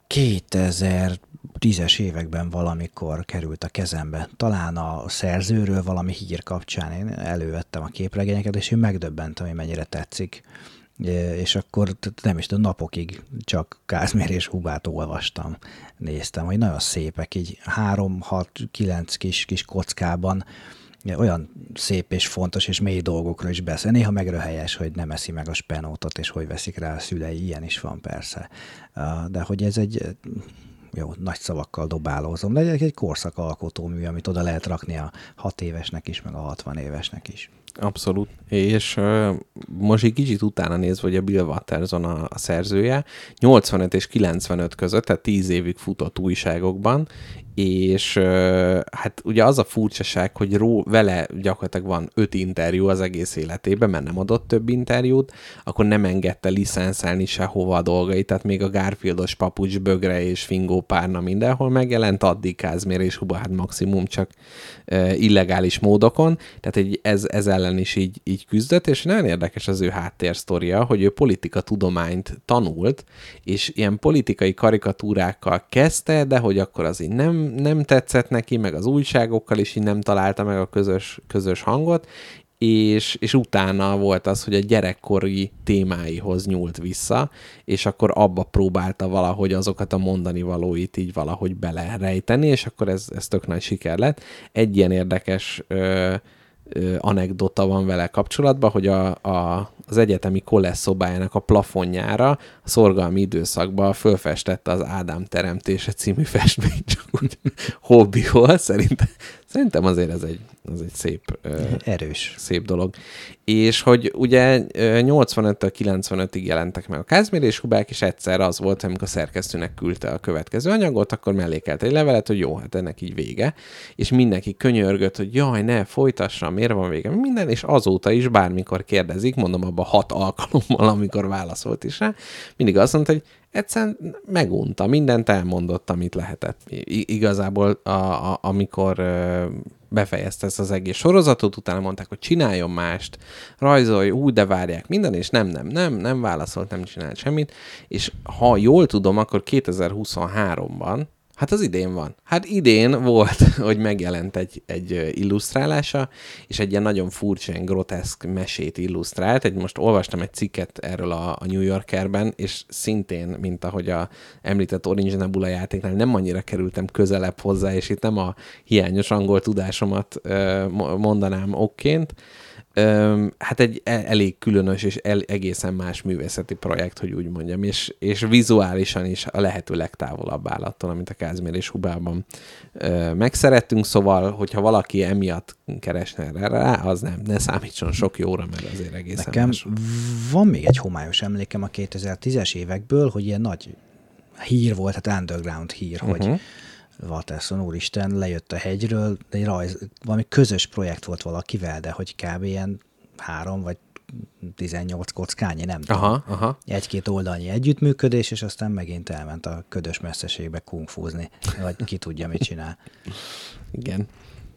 2010-es években valamikor került a kezembe. Talán a szerzőről valami hír kapcsán én elővettem a képregényeket, és én megdöbbentem, hogy mennyire tetszik. És akkor nem is tudom, napokig csak Kázmér és Hubát olvastam, néztem, hogy nagyon szépek, így 3-6-9 kis kockában olyan szép és fontos és mély dolgokról is beszél. Néha megröhelyes, hogy nem eszi meg a spenótot, és hogy veszik rá a szülei, ilyen is van persze. De hogy ez egy, jó, nagy szavakkal dobálózom, de egy korszakalkotó mű, amit oda lehet rakni a 6 évesnek is, meg a 60 évesnek is. Abszolút. És most egy kicsit utána nézve, hogy a Bill Watterson a szerzője, 85 és 95 között, tehát 10 évig futott újságokban, és hát ugye az a furcsaság, hogy vele gyakorlatilag van 5 interjú az egész életében, mert nem adott több interjút, akkor nem engedte licenszelni sehova a dolgait, tehát még a Garfieldos papucs, bögre és fingó párna mindenhol megjelent, addig Kázmér és Huba, hát maximum csak illegális módokon, tehát ez ellen is így küzdött, és nagyon érdekes az ő háttérsztoria, hogy ő politikatudományt tanult, és ilyen politikai karikatúrákkal kezdte, de hogy akkor az így nem tetszett neki, meg az újságokkal is így nem találta meg a közös hangot, és utána volt az, hogy a gyerekkori témáihoz nyúlt vissza, és akkor abba próbálta valahogy azokat a mondani valóit így valahogy belerejteni, és akkor ez tök nagy siker lett. Egy ilyen érdekes anekdota van vele kapcsolatban, hogy az egyetemi kolesz szobájának a plafonjára a szorgalmi időszakban fölfestette az Ádám teremtése című festményt, csak úgy hobbiból. Szerintem azért ez egy szép, erős, szép dolog. És hogy ugye 85-től 95-ig jelentek meg a Kázmér és Hubák, és egyszer az volt, amikor a szerkesztőnek küldte a következő anyagot, akkor mellékelt egy levelet, hogy jó, hát ennek így vége. És mindenki könyörgött, hogy jaj, ne, folytassam, miért van vége? Minden, és azóta is bármikor kérdezik, mondom abban 6 alkalommal, amikor válaszolt is rá, mindig azt mondta, hogy egyszerűen megunta, mindent elmondott, amit lehetett. Igazából amikor befejezte ezt az egész sorozatot, utána mondták, hogy csináljon mást, rajzolj, de várják minden, és nem válaszolt, nem csinált semmit, és ha jól tudom, akkor 2023-ban, hát az idén van. Hát idén volt, hogy megjelent egy illusztrálása, és egy ilyen nagyon furcsa, ilyen groteszk mesét illusztrált. Most olvastam egy cikket erről a New Yorkerben, és szintén, mint ahogy a említett Orange Nebula játéknál, nem annyira kerültem közelebb hozzá, és itt nem a hiányos angol tudásomat mondanám okként. Hát egy elég különös és egészen más művészeti projekt, hogy úgy mondjam, és vizuálisan is a lehető legtávolabb áll attól, amit a Kázmér és Hubában megszerettünk, szóval, hogyha valaki emiatt keresne rá, az ne számítson sok jóra, mert azért egészen nekem más. Van még egy homályos emlékem a 2010-es évekből, hogy ilyen nagy hír volt, hát underground hír, hogy Watterson úristen lejött a hegyről, valami közös projekt volt valakivel, de hogy kb. Ilyen 3 vagy 18 kockányi, nem tudom. Aha. Egy-két oldalnyi együttműködés, és aztán megint elment a ködös messzeségbe kungfúzni, vagy ki tudja, mit csinál. Igen.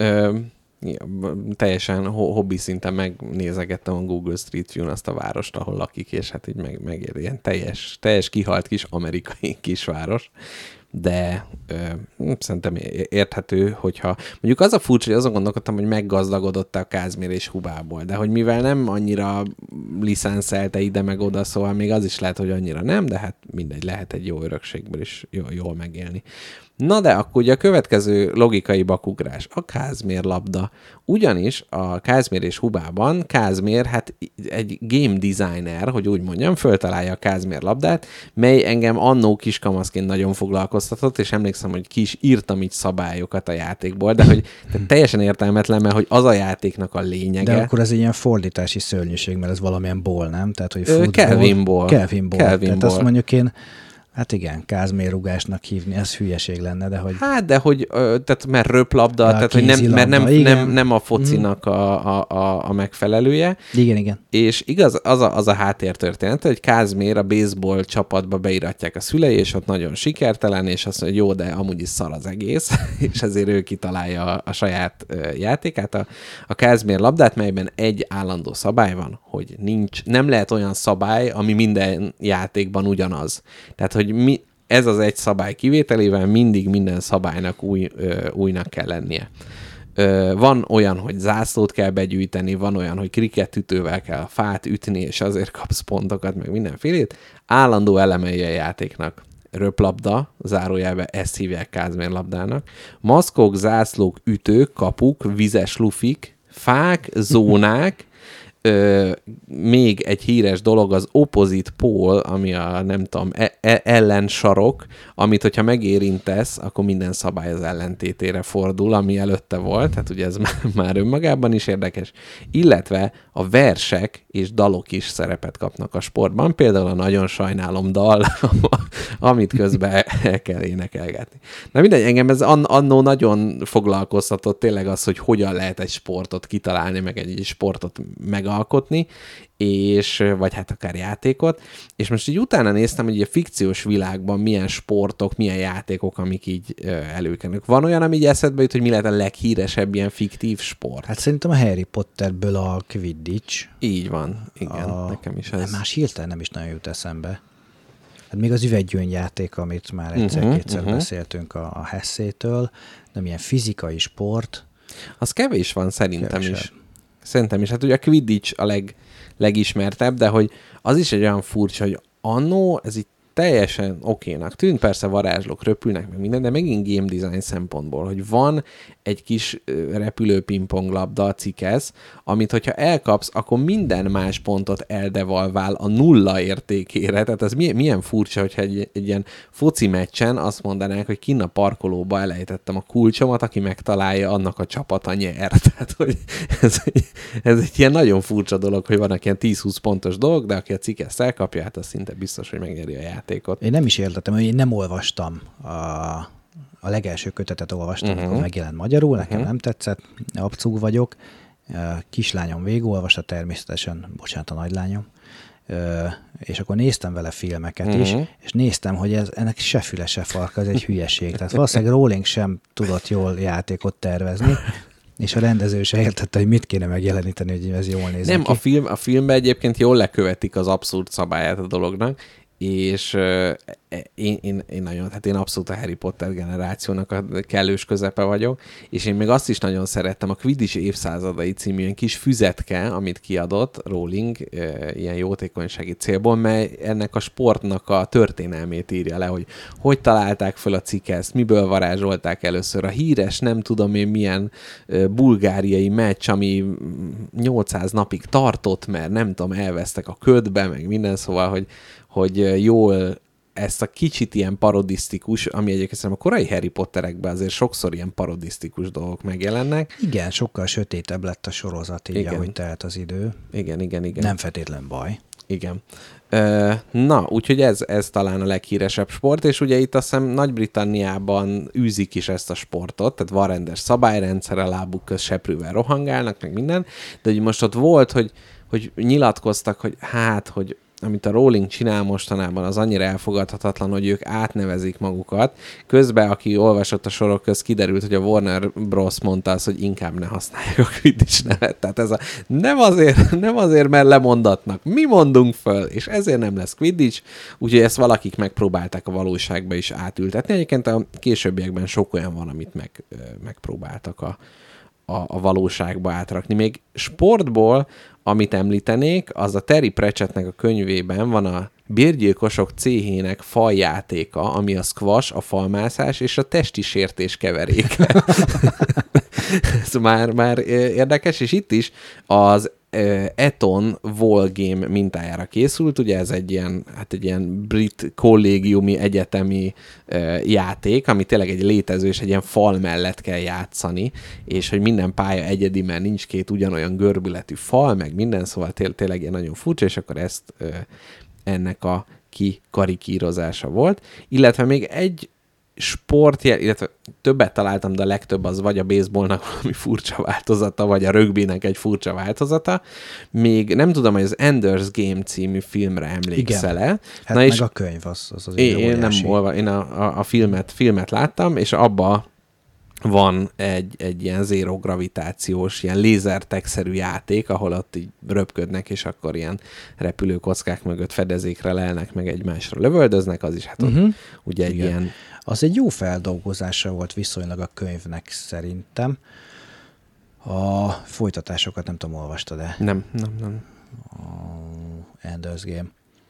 Teljesen hobbi szinten megnézegettem a Google Street View-n azt a várost, ahol lakik, és hát így megér ilyen teljes kihalt kis amerikai kisváros. De szerintem érthető, hogyha... Mondjuk az a furcsa, hogy azon gondolkodtam, hogy meggazdagodott a Kázmér és Hubából, de hogy mivel nem annyira licenszelte ide meg oda, szóval még az is lehet, hogy annyira nem, de hát mindegy, lehet egy jó örökségből is jól megélni. Na de akkor ugye a következő logikai bakugrás, a Kázmér labda. Ugyanis a Kázmér és Hubában Kázmér, hát egy game designer, hogy úgy mondjam, föltalálja a Kázmér labdát, mely engem annó kiskamaszként nagyon foglalkoztatott, és emlékszem, hogy ki is írtam így szabályokat a játékból, de hogy teljesen értelmetlen, mert hogy az a játéknak a lényege. De akkor ez egy ilyen fordítási szörnyűség, mert ez valamilyen ból, nem? Tehát, hogy futball. Kelvin Ball. Tehát azt mondjuk én, hát igen, Kázmérrugásnak hívni, ez hülyeség lenne, de hogy... Hát, de hogy, tehát mert röplabda, tehát hogy nem a focinak a megfelelője. Igen. És igaz, az a háttértörténet, hogy Kázmér a baseball csapatba beiratják a szülei, és ott nagyon sikertelen, és azt mondja, hogy jó, de amúgy is szar az egész, és ezért ő kitalálja a saját játékát, a Kázmér labdát, melyben egy állandó szabály van, hogy nem lehet olyan szabály, ami minden játékban ugyanaz. Tehát, hogy ez az egy szabály kivételével mindig minden szabálynak újnak kell lennie. Van olyan, hogy zászlót kell begyűjteni, van olyan, hogy kriketütővel kell a fát ütni, és azért kapsz pontokat, meg mindenfélét. Állandó elemei a játéknak. Röplabda, zárójelben ezt hívják Kázmér labdának. Maszkok, zászlók, ütők, kapuk, vizes lufik, fák, zónák, még egy híres dolog az opposite pole, ami a nem tudom, ellensarok, amit hogyha megérintesz, akkor minden szabály az ellentétére fordul, ami előtte volt, tehát ugye ez már önmagában is érdekes, illetve a versek és dalok is szerepet kapnak a sportban, például a Nagyon sajnálom dal, amit közben el kell énekelgetni. Na mindegy, engem ez annó nagyon foglalkoztatott tényleg az, hogy hogyan lehet egy sportot kitalálni, meg egy sportot megalkotni, és, vagy hát akár játékot, és most így utána néztem, hogy a fikciós világban milyen sportok, milyen játékok, amik így előkerülnek. Van olyan, ami így eszedbe jut, hogy mi lehet a leghíresebb ilyen fiktív sport? Hát szerintem a Harry Potterből a Quidditch. Így van, igen, nekem is ez. Más hirtelen nem is nagyon jut eszembe. Hát még az üveggyöngyjáték, amit már egyszer-kétszer beszéltünk a Hessétől, de milyen fizikai sport. Az kevés van szerintem is. Szerintem is. Hát ugye a Quidditch a legismertebb, de hogy az is egy olyan furcsa, hogy annó ez így teljesen okénak tűnt, persze varázslók röpülnek meg minden, de megint game design szempontból, hogy van egy kis repülő pingponglabda, a cikesz, amit hogyha elkapsz, akkor minden más pontot eldevalvál a nulla értékére. Tehát ez milyen furcsa, hogyha egy ilyen foci meccsen azt mondanák, hogy kinn a parkolóba elejtettem a kulcsomat, aki megtalálja, annak a csapata nyer. Tehát, hogy ez egy ilyen nagyon furcsa dolog, hogy vannak ilyen 10-20 pontos dolog, de aki a cikeszt elkapja, hát az szinte biztos, hogy megnyeri a játékot. Én nem is értettem, hogy én nem olvastam a legelső kötetet olvastam, amikor megjelent magyarul, nekem nem tetszett, abcúg vagyok. Kislányom végigolvasta természetesen, bocsánat, a nagylányom, és akkor néztem vele filmeket is, és néztem, hogy ennek se füle, se farka, ez egy hülyeség. Tehát valószínűleg Rowling sem tudott jól játékot tervezni, és a rendező se értette, hogy mit kéne megjeleníteni, hogy ez jól nézzen ki. A filmben egyébként jól lekövetik az abszurd szabályát a dolognak, és én nagyon, hát én abszolút a Harry Potter generációnak a kellős közepe vagyok, és én még azt is nagyon szerettem, a Quidditch évszázadai című ilyen kis füzetke, amit kiadott Rowling ilyen jótékonysági célból, mely ennek a sportnak a történelmét írja le, hogy találták föl a cikeszt, miből varázsolták először a híres, nem tudom én milyen bulgáriai meccs, ami 800 napig tartott, mert nem tudom, elvesztek a ködbe, meg minden, szóval, hogy jól ezt a kicsit ilyen parodisztikus, ami egyébként a korai Harry Potterekben azért sokszor ilyen parodisztikus dolgok megjelennek. Igen, sokkal sötétebb lett a sorozat, így ahogy telt az idő. Igen. Nem feltétlen baj. Igen. Na, úgyhogy ez talán a leghíresebb sport, és ugye itt azt hiszem Nagy-Britanniában űzik is ezt a sportot, tehát van rendes szabályrendszer, a lábuk köz seprűvel rohangálnak, meg minden, de ugye most ott volt, hogy hogy nyilatkoztak, hogy hogy amit a Rowling csinál mostanában, az annyira elfogadhatatlan, hogy ők átnevezik magukat. Közben, aki olvasott a sorok közt, kiderült, hogy a Warner Bros. Mondta azt, hogy inkább ne használják a Quidditch nevet. Tehát ez nem azért, mert lemondatnak. Mi mondunk föl, és ezért nem lesz Quidditch. Úgyhogy ezt valakik megpróbálták a valóságba is átültetni. Egyébként a későbbiekben sok olyan van, amit megpróbáltak a valóságba átrakni. Még sportból, amit említenék, az a Terry Pratchettnek a könyvében van a Bérgyilkosok céhének faljátéka, ami a squash, a falmászás és a testi sértés keveréke. Ez már érdekes, és itt is az Eton Wall Game mintájára készült, ugye ez egy ilyen brit kollégiumi egyetemi játék, ami tényleg egy létező, és egy ilyen fal mellett kell játszani, és hogy minden pálya egyedi, mert nincs két ugyanolyan görbületű fal, meg minden, szóval tényleg ilyen nagyon furcsa, és akkor ennek a kikarikírozása volt. Illetve még egy illetve többet találtam, de a legtöbb az vagy a baseballnak valami furcsa változata, vagy a rugbynek egy furcsa változata. Még nem tudom, hogy az Ender's Game című filmre emlékszel-e. Hát na meg és a könyv, az én a filmet láttam, és abba van egy ilyen zero gravitációs, ilyen lézertech-szerű játék, ahol ott így röpködnek, és akkor ilyen repülőkockák mögött fedezékre lelnek, meg egymásra lövöldöznek, az is hát ugye egy ilyen... Az egy jó feldolgozása volt viszonylag a könyvnek szerintem. A folytatásokat nem tudom, olvastad-e? Nem. Ender's Game.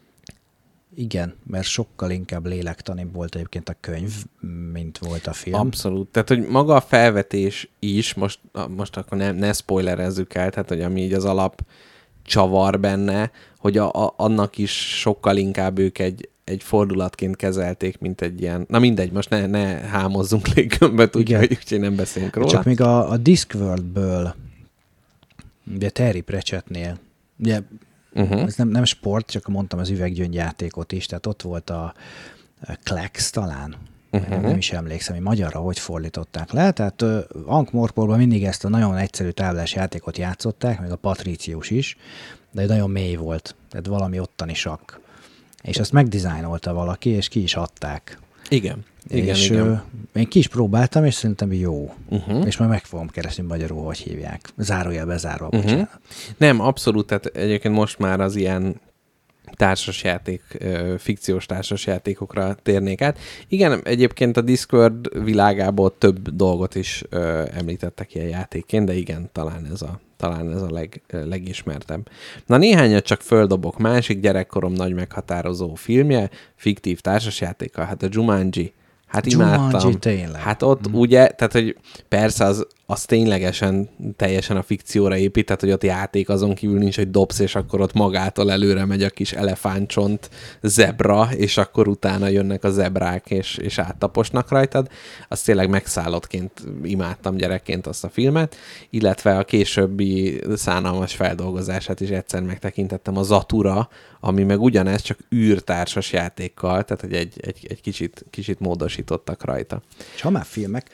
Igen, mert sokkal inkább lélektanibb volt egyébként a könyv, mint volt a film. Abszolút. Tehát, hogy maga a felvetés is, most akkor ne spoilerezzük el, tehát, hogy ami így az alap csavar benne, hogy annak is sokkal inkább ők egy fordulatként kezelték, mint egy ilyen... Na mindegy, most ne hámozzunk léggömböt, úgyhogy nem beszélünk róla. Csak még a Discworld-ből, ugye Terry Pratchettnél, ugye ez nem sport, csak mondtam az üveggyöngyjátékot is, tehát ott volt a Klex talán, nem is emlékszem, hogy magyarra hogy fordították le, tehát Ankh-Morporban mindig ezt a nagyon egyszerű táblás játékot játszották, meg a Patricius is, de nagyon mély volt, tehát valami ottani sakk. És ezt megdizájnolta valaki, és ki is adták. Igen. Én ki is próbáltam, és szerintem jó. És majd meg fogom keresni magyarul, hogy hívják. Zárójelbe zárva, bocsánat. Nem, abszolút, tehát egyébként most már az ilyen társasjáték, fikciós társasjátékokra térnék át. Igen, egyébként a Discord világából több dolgot is említettek ilyen játékként, de igen, talán ez a legismertebb. Na néhányat csak földobok. Másik gyerekkorom nagy meghatározó filmje, fiktív társasjátéka, hát a Jumanji. Hát imádtam. Tényleg. Hát ott ugye, tehát hogy persze az ténylegesen teljesen a fikcióra épít, tehát hogy ott játék azon kívül nincs, hogy dobsz, és akkor ott magától előre megy a kis elefántcsont zebra, és akkor utána jönnek a zebrák, és áttaposnak rajtad. Azt tényleg megszállottként imádtam gyerekként azt a filmet, illetve a későbbi szánalmas feldolgozását is egyszer megtekintettem, a Zatura, ami meg ugyanez, csak űrtársas játékkal, tehát hogy egy kicsit módosítottak rajta. És ha már filmek,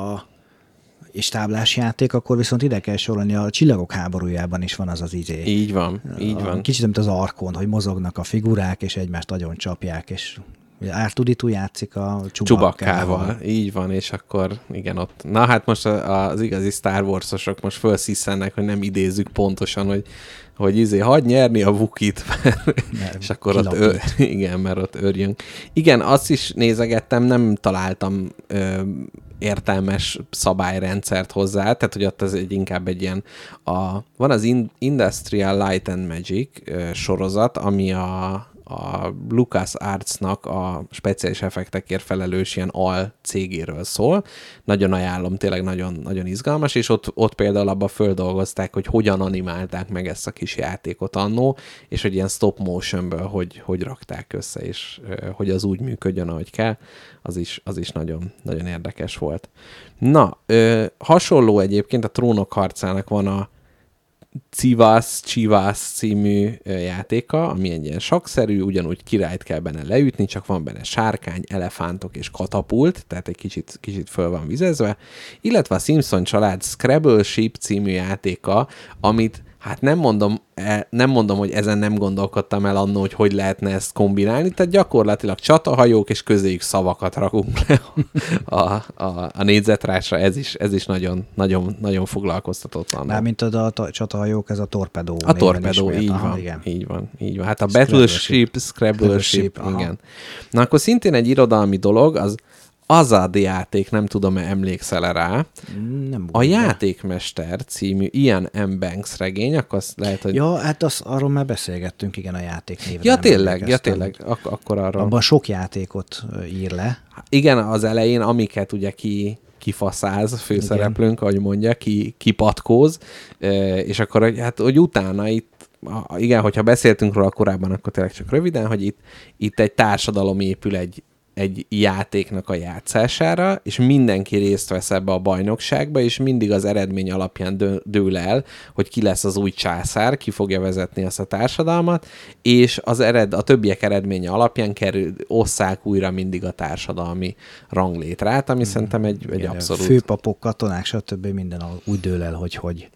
és táblásjáték, akkor viszont ide kell sorolni, a Csillagok háborújában is van az izé. Így van. Kicsit, mint az Arkon, hogy mozognak a figurák, és egymást agyon csapják, és R2-D2 játszik a Chewbaccával. Így van, és akkor igen, ott. Na hát most az igazi Star Wars-osok most felszisszennek, hogy nem idézzük pontosan, hogy hadd nyerni a Wookit, és akkor ott mert ott örjünk. Igen, azt is nézegettem, nem találtam értelmes szabályrendszert hozzá, tehát hogy ott az inkább egy ilyen, van az Industrial Light and Magic sorozat, ami a LucasArts-nak a speciális effektekért felelős ilyen cégéről szól. Nagyon ajánlom, tényleg nagyon, nagyon izgalmas, és ott például abban földolgozták, hogy hogyan animálták meg ezt a kis játékot annó, és hogy ilyen stop motionből hogy rakták össze, és hogy az úgy működjön, ahogy kell, az is nagyon, nagyon érdekes volt. Na, hasonló egyébként a Trónok harcának van a Chivas című játéka, ami egy ilyen sakkszerű, ugyanúgy királyt kell benne leütni, csak van benne sárkány, elefántok és katapult, tehát egy kicsit föl van vizezve, illetve a Simpson család Scrabble Ship című játéka, amit Hát nem mondom, hogy ezen nem gondolkodtam el annól, hogy lehetne ezt kombinálni, tehát gyakorlatilag csatahajók és közéjük szavakat rakunk le a négyzetrásra, ez is nagyon, nagyon, nagyon foglalkoztatott annól. Mármint a csatahajók, ez a torpedó. A torpedó, így van. Hát a Battleship, Scrabble-ship, igen. Na akkor szintén egy irodalmi dolog, az Azad játék, nem tudom, emlékszel rá. Nem a Játékmester című Ian M. Banks regény, akkor azt lehet, hogy... Ja, hát arról már beszélgettünk, igen, a játéknévre. Ja, tényleg, akkor arról... Abban sok játékot ír le. Igen, az elején, amiket ugye kifaszáz főszereplőnk, ahogy mondja, kipatkóz, és akkor, hát, hogy utána itt, igen, hogyha beszéltünk róla korábban, akkor tényleg csak röviden, hogy itt egy társadalom épül egy játéknak a játszására, és mindenki részt vesz ebbe a bajnokságba, és mindig az eredmény alapján dől el, hogy ki lesz az új császár, ki fogja vezetni azt a társadalmat, és a többiek eredménye alapján osszák újra mindig a társadalmi ranglétrát, ami szerintem egy abszolút... Főpapok, katonák, stb. Minden úgy dől el, hogy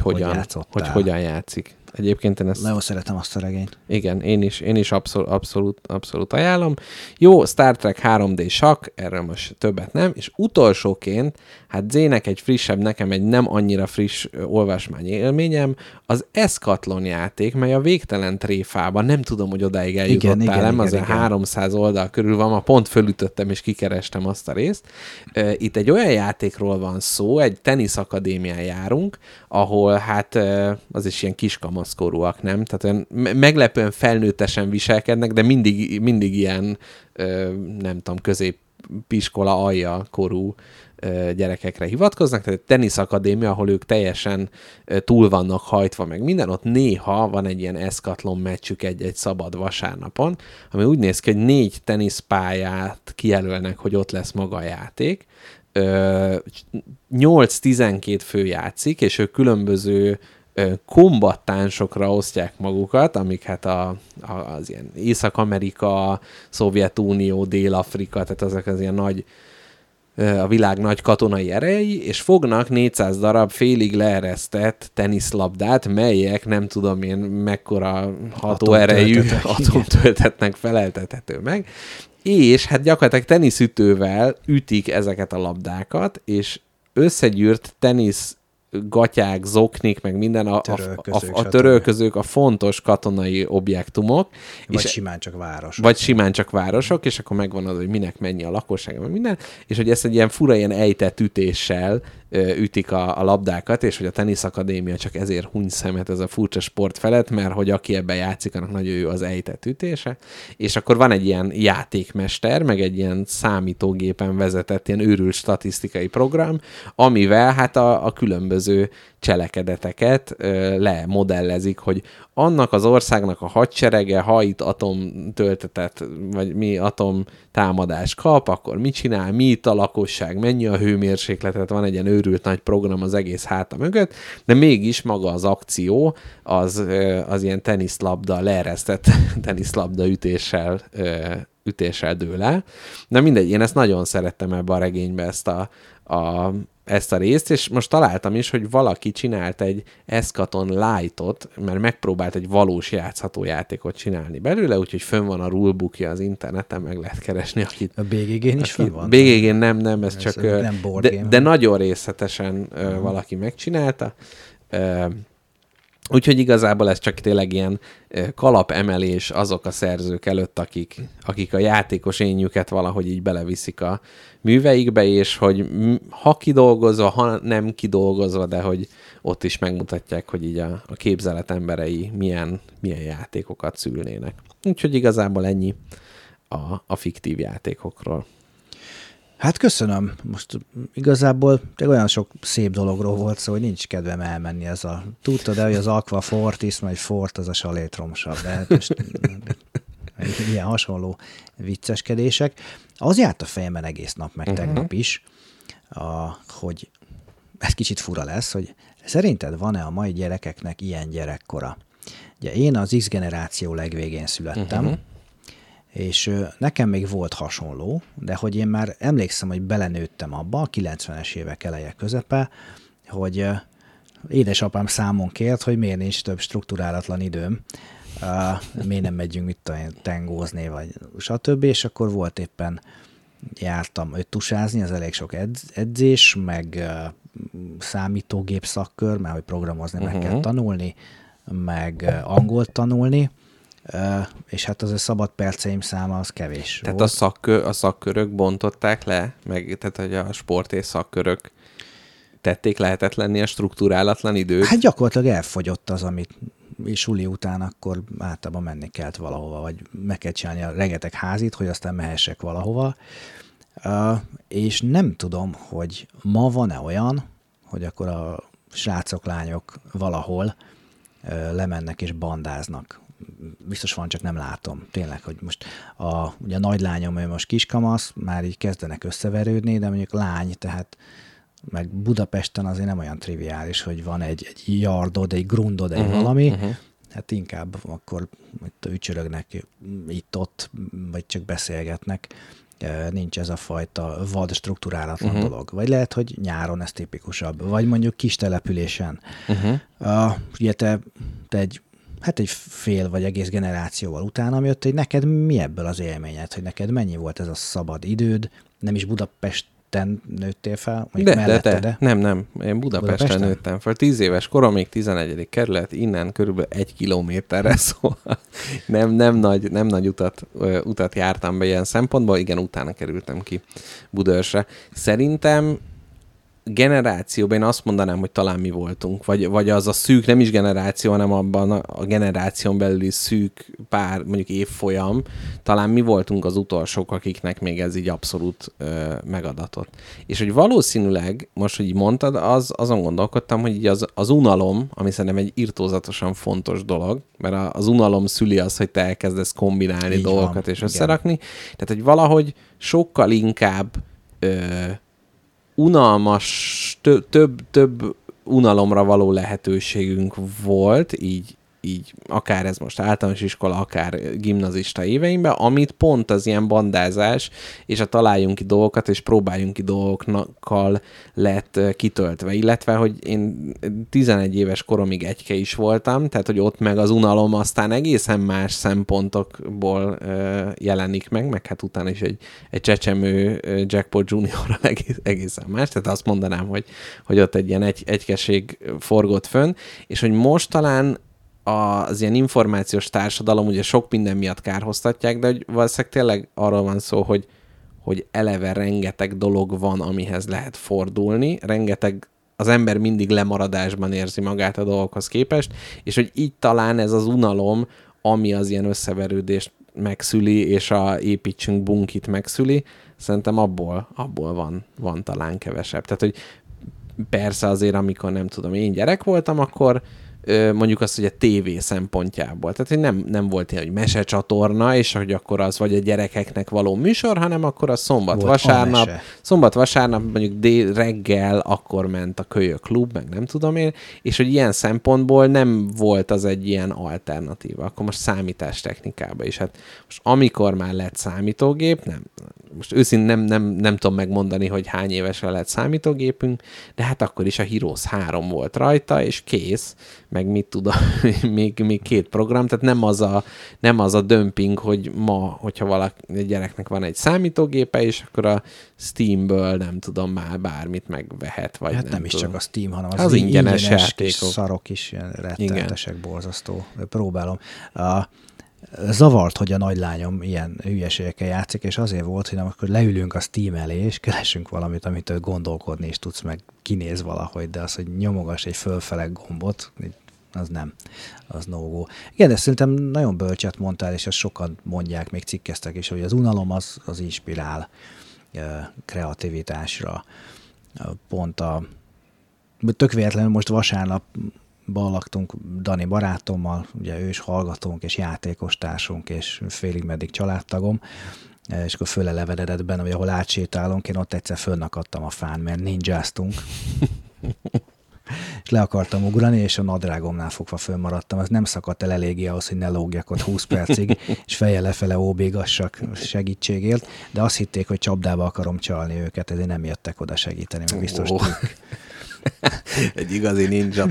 hogyan játszik. Egyébként én ezt... Nagyon szeretem azt a regényt. Igen, én is abszolút ajánlom. Jó, Star Trek 3D sakk, erről most többet nem, és utolsóként, hát Zének egy frissebb, nekem egy nem annyira friss olvasmány élményem, az Eszkatlon játék, mely a Végtelen tréfában, nem tudom, hogy odáig eljutottál, azért 300 oldal körül van, ma pont fölütöttem és kikerestem azt a részt. Itt egy olyan játékról van szó, egy teniszakadémián járunk, ahol hát az is ilyen kiskamaszkorúak, nem? Tehát olyan meglepően felnőttesen viselkednek, de mindig ilyen, nem tudom, középiskola alja korú gyerekekre hivatkoznak, tehát egy teniszakadémia, ahol ők teljesen túl vannak hajtva, meg minden, ott néha van egy ilyen eszkatlon meccsük egy szabad vasárnapon, ami úgy néz ki, hogy 4 teniszpályát kijelölnek, hogy ott lesz maga a játék, 8-12 fő játszik, és ők különböző kombattánsokra osztják magukat, amik hát az ilyen Észak-Amerika, Szovjetunió, Dél-Afrika, tehát azok az ilyen nagy, a világ nagy katonai erei, és fognak 400 darab félig leeresztett teniszlabdát, melyek nem tudom én mekkora hatóerejű atomtöltetnek feleltethető meg, és hát gyakorlatilag teniszütővel ütik ezeket a labdákat, és összegyűrt tenisz gatyák, zoknik, meg minden, a törölközők, a fontos katonai objektumok. Vagy simán csak városok. Vagy simán csak városok, és akkor megvan az, hogy minek mennyi a lakossága, meg minden, és hogy ezt egy ilyen fura, ilyen ejtett ütéssel ütik a labdákat, és hogy a teniszakadémia csak ezért huny szemet ez a furcsa sport felett, mert hogy aki ebben játszik, annak nagyon jó az ejtett ütése, és akkor van egy ilyen játékmester, meg egy ilyen számítógépen vezetett ilyen őrült statisztikai program, amivel hát a különböző cselekedeteket lemodellezik, hogy annak az országnak a hadserege, ha itt atomtöltetet, vagy atomtámadást kap, akkor mit csinál, mi itt a lakosság, mennyi a hőmérsékletet, van egy ilyen őrült nagy program az egész háta mögött, de mégis maga az akció az ilyen teniszlabda, leeresztett teniszlabda ütéssel dől el. De mindegy, én ezt nagyon szerettem ebbe a regénybe, ezt a részt, és most találtam is, hogy valaki csinált egy Eszkaton Light-ot, mert megpróbált egy valós játszható játékot csinálni belőle, úgyhogy fönn van a rulebookja az interneten, meg lehet keresni, akit... A BGG-n is fönn van? BGG-n nem, ez csak... De nagyon részletesen valaki megcsinálta. Úgyhogy igazából ez csak tényleg ilyen kalapemelés azok a szerzők előtt, akik a játékos énjüket valahogy így beleviszik a műveikbe, és hogy ha kidolgozva, ha nem kidolgozva, de hogy ott is megmutatják, hogy így a képzelet emberei milyen játékokat szülnének. Úgyhogy igazából ennyi a fiktív játékokról. Hát köszönöm. Most igazából olyan sok szép dologról volt szó, hogy nincs kedvem elmenni ez a... Tudtad el, hogy az Aqua Fortis, majd Fort az a salétromsabb, de hát most ilyen hasonló vicceskedések. Az járt a fejemben egész nap, meg tegnap is, hogy ez kicsit fura lesz, hogy szerinted van-e a mai gyerekeknek ilyen gyerekkora? Ugye én az X generáció legvégén születtem, és nekem még volt hasonló, de hogy én már emlékszem, hogy belenőttem abba, a 90-es évek eleje közepe, hogy édesapám számon kért, hogy miért nincs több strukturálatlan időm, miért nem megyünk tengózni, vagy stb. És akkor volt éppen, jártam tusázni, az elég sok edzés, meg számítógép szakkör, mert hogy programozni meg kell tanulni, meg angolt tanulni, és hát az a szabad perceim száma az kevés tehát volt. a szakkörök bontották le, meg tehát hogy a sport és szakkörök tették lehetetlenni a struktúrálatlan időt? Hát gyakorlatilag elfogyott az, amit suli után akkor általában menni kellett valahova, vagy meg kell csinálni a rengeteg házit, hogy aztán mehessek valahova. És nem tudom, hogy ma van-e olyan, hogy akkor a srácok, lányok valahol lemennek és bandáznak. Biztos van, csak nem látom. Tényleg, hogy most ugye a nagylányom, ő most kiskamasz, már így kezdenek összeverődni, de mondjuk lány, tehát meg Budapesten azért nem olyan triviális, hogy van egy yardod, egy grundod, egy valami, hát inkább akkor itt ücsörögnek itt-ott, vagy csak beszélgetnek. Nincs ez a fajta vad struktúrálatlan dolog. Vagy lehet, hogy nyáron ez tipikusabb. Vagy mondjuk kis településen. Ugye te egy fél vagy egész generációval utána jött, hogy neked mi ebből az élményed, hogy neked mennyi volt ez a szabad időd, nem is Budapesten nőttél fel? De. Nem. Én Budapesten nőttem fel. 10 éves koromig, 11. kerület, innen körülbelül 1 kilométerre, szóval nem nagy utat jártam be ilyen szempontból. Igen, utána kerültem ki Budaörsre. Szerintem generációban én azt mondanám, hogy talán mi voltunk, vagy az a szűk, nem is generáció, hanem abban a generáción belüli szűk pár, mondjuk évfolyam, talán mi voltunk az utolsók, akiknek még ez így abszolút megadatott. És hogy valószínűleg, most, hogy így mondtad, azon gondolkodtam, hogy így az unalom, ami szerintem egy irtózatosan fontos dolog, mert az unalom szüli az, hogy te elkezdesz kombinálni így dolgokat és összerakni. Igen. Tehát, hogy valahogy sokkal inkább unalmas, több unalomra való lehetőségünk volt, így akár ez most általános iskola, akár gimnazista éveimben, amit pont az ilyen bandázás, és a találjunk ki dolgokat, és próbáljunk ki dolgokkal lett kitöltve. Illetve, hogy én 11 éves koromig egyke is voltam, tehát, hogy ott meg az unalom aztán egészen más szempontokból jelenik meg hát utána is egy csecsemő Jackpot Juniorral egészen más, tehát azt mondanám, hogy ott egy ilyen egykeség forgott fönn, és hogy most talán az ilyen információs társadalom ugye sok minden miatt kárhoztatják, de hogy valószínűleg tényleg arról van szó, hogy eleve rengeteg dolog van, amihez lehet fordulni, rengeteg, az ember mindig lemaradásban érzi magát a dolgokhoz képest, és hogy így talán ez az unalom, ami az ilyen összeverődést megszüli, és építsünk bunkit megszüli, szerintem abból van talán kevesebb. Tehát, hogy persze azért, amikor nem tudom, én gyerek voltam, akkor mondjuk azt, hogy a tévé szempontjából. Tehát, hogy nem volt ilyen, hogy mesecsatorna, és hogy akkor az vagy a gyerekeknek való műsor, hanem akkor a szombat-vasárnap mondjuk reggel akkor ment a Kölyök Klub, meg nem tudom én, és hogy ilyen szempontból nem volt az egy ilyen alternatíva. Akkor most számítástechnikában is. Hát most amikor már lett számítógép, most őszintén nem tudom megmondani, hogy hány évesen lett számítógépünk, de hát akkor is a Heroes 3 volt rajta, és kész, meg mit tudom, még 2 program, tehát nem az a dömping, hogy ma, hogyha egy gyereknek van egy számítógépe, és akkor a Steamből nem tudom, már bármit megvehet, vagy hát nem is tudom. csak a Steam, hanem az ingyenes játékok. Szarok is ilyen rettenetesek, borzasztó. Próbálom. Zavart, hogy a nagylányom ilyen hülyeségekkel játszik, és azért volt, hogy akkor leülünk a Steam elé, és keresünk valamit, amitől gondolkodni is tudsz, meg kinéz valahogy, de az, hogy nyomogass egy fölfele gombot, az nem, az no-go. Igen, de szerintem nagyon bölcset mondtál, és ezt sokan mondják, még cikkeztek is, hogy az unalom az inspirál kreativitásra. Pont tök véletlenül most vasárnapban laktunk Dani barátommal, ugye ő is hallgatónk, és játékostársunk, és félig meddig családtagom, és akkor fölelevenedett benne, hogy ahol átsétálunk, én ott egyszer fönnakadtam a fán, mert ninjáztunk. És le akartam ugrani, és a nadrágomnál fogva fönnmaradtam. Az nem szakadt el eléggé ahhoz, hogy ne lógjak ott 20 percig, és fejjel lefele óbégassak segítségért, de azt hitték, hogy csapdába akarom csalni őket, ezért nem jöttek oda segíteni, mert biztos Egy igazi ninja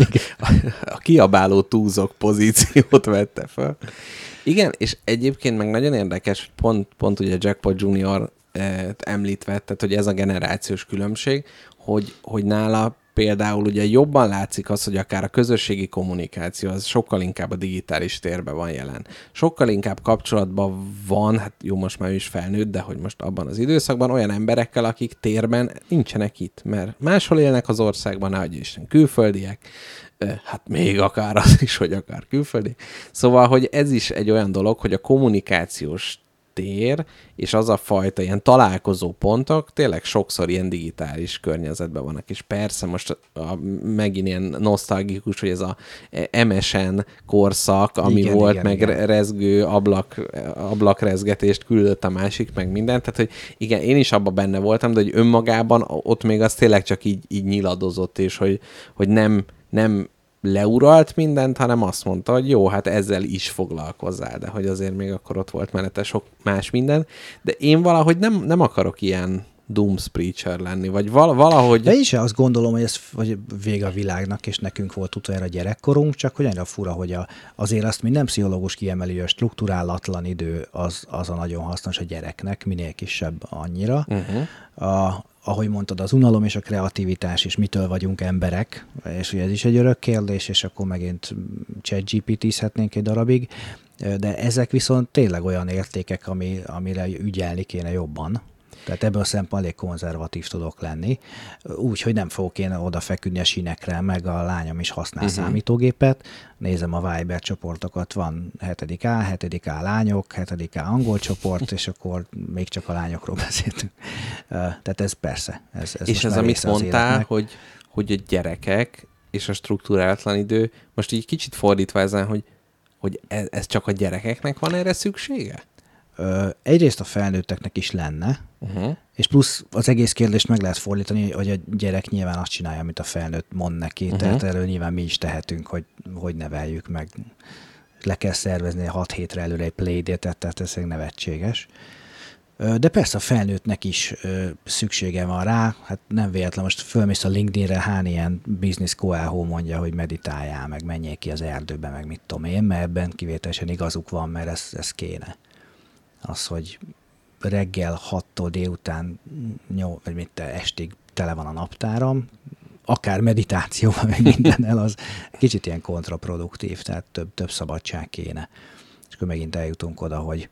a kiabáló túzok pozíciót vette fel. Igen, és egyébként meg nagyon érdekes, pont ugye Jackpot Junior említve, tehát hogy ez a generációs különbség, hogy nála például ugye jobban látszik az, hogy akár a közösségi kommunikáció az sokkal inkább a digitális térben van jelen. Sokkal inkább kapcsolatban van, hát jó, most már ő is felnőtt, de hogy most abban az időszakban olyan emberekkel, akik térben nincsenek itt, mert máshol élnek az országban, nehogy Isten külföldiek, hát még akár az is, hogy akár külföldi. Szóval, hogy ez is egy olyan dolog, hogy a kommunikációs tér, és az a fajta ilyen találkozó pontok tényleg sokszor ilyen digitális környezetben vannak. És persze most megint ilyen nosztalgikus, hogy ez a MSN korszak, ami igen, volt, igen, meg igen. Rezgő ablakrezgetést küldött a másik, meg mindent. Tehát, hogy igen, én is abban benne voltam, de hogy önmagában ott még az tényleg csak így nyiladozott, és hogy nem leuralt mindent, hanem azt mondta, hogy jó, hát ezzel is foglalkozzál, de hogy azért még akkor ott volt mellette sok más minden. De én valahogy nem akarok ilyen doomspreacher lenni, vagy valahogy... De én is azt gondolom, hogy ez vagy vége a világnak, és nekünk volt utoljára gyerekkorunk, csak hogy annyira fura, hogy azért azt minden pszichológus kiemeli, hogy a strukturálatlan idő az a nagyon hasznos a gyereknek, minél kisebb annyira. Ahogy mondtad, az unalom és a kreativitás, és mitől vagyunk emberek, és ugye ez is egy örök kérdés, és akkor megint ChatGPT-zhetnénk egy darabig, de ezek viszont tényleg olyan értékek, amire ügyelni kéne jobban. Tehát ebből a szempontból elég konzervatív tudok lenni, úgyhogy nem fogok én odafeküdni a sínekre, meg a lányom is használ számítógépet, nézem a Viber csoportokat, van 7A, 7A lányok, 7A angol csoport, és akkor még csak a lányokról beszéltünk. Tehát ez persze. Ez és ez, amit mondtál, hogy a gyerekek és a struktúrálatlan idő, most így kicsit fordítva ezen, hogy ez csak a gyerekeknek van erre szüksége? Egyrészt a felnőtteknek is lenne, és plusz az egész kérdést meg lehet fordítani, hogy a gyerek nyilván azt csinálja, amit a felnőtt mond neki, tehát erről nyilván mi is tehetünk, hogy neveljük meg. Le kell szervezni 6 hétre előre egy playdatet, tehát ez nevetséges. De persze a felnőttnek is szüksége van rá, hát nem véletlen, most fölmész a LinkedInre, hány ilyen business coelho mondja, hogy meditáljál, meg menjél ki az erdőbe, meg mit tudom én, mert ebben kivételesen igazuk van, mert ez kéne. Az, hogy reggel 6-tól délután estig tele van a naptáram, akár meditációval, meg mindennel, az kicsit ilyen kontraproduktív, tehát több szabadság kéne. És akkor megint eljutunk oda, hogy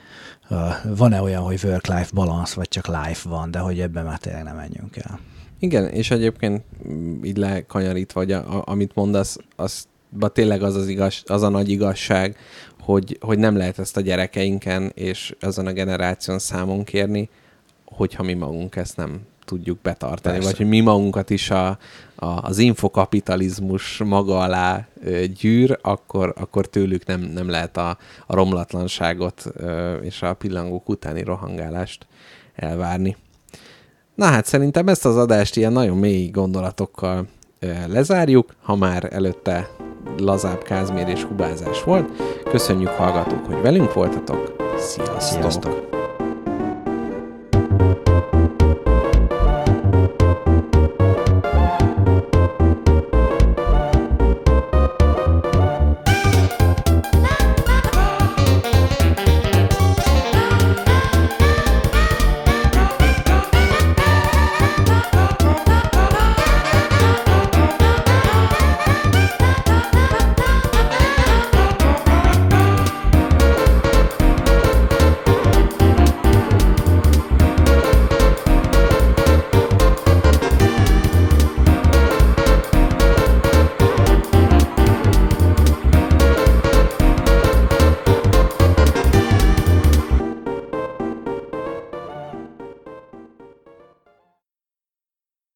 van-e olyan, hogy work-life balance, vagy csak life van, de hogy ebben már tényleg nem menjünk el. Igen, és egyébként így lekanyarítva, hogy amit mondasz, tényleg az a nagy igazság, hogy nem lehet ezt a gyerekeinken és ezen a generáción számon kérni, hogyha mi magunk ezt nem tudjuk betartani, persze. Vagy hogy mi magunkat is az infokapitalizmus maga alá gyűr, akkor tőlük nem lehet a romlatlanságot és a pillangók utáni rohangálást elvárni. Na hát szerintem ezt az adást ilyen nagyon mély gondolatokkal lezárjuk, ha már előtte lazább kázmér és hubázás volt. Köszönjük, hallgatók, hogy velünk voltatok. Sziasztok!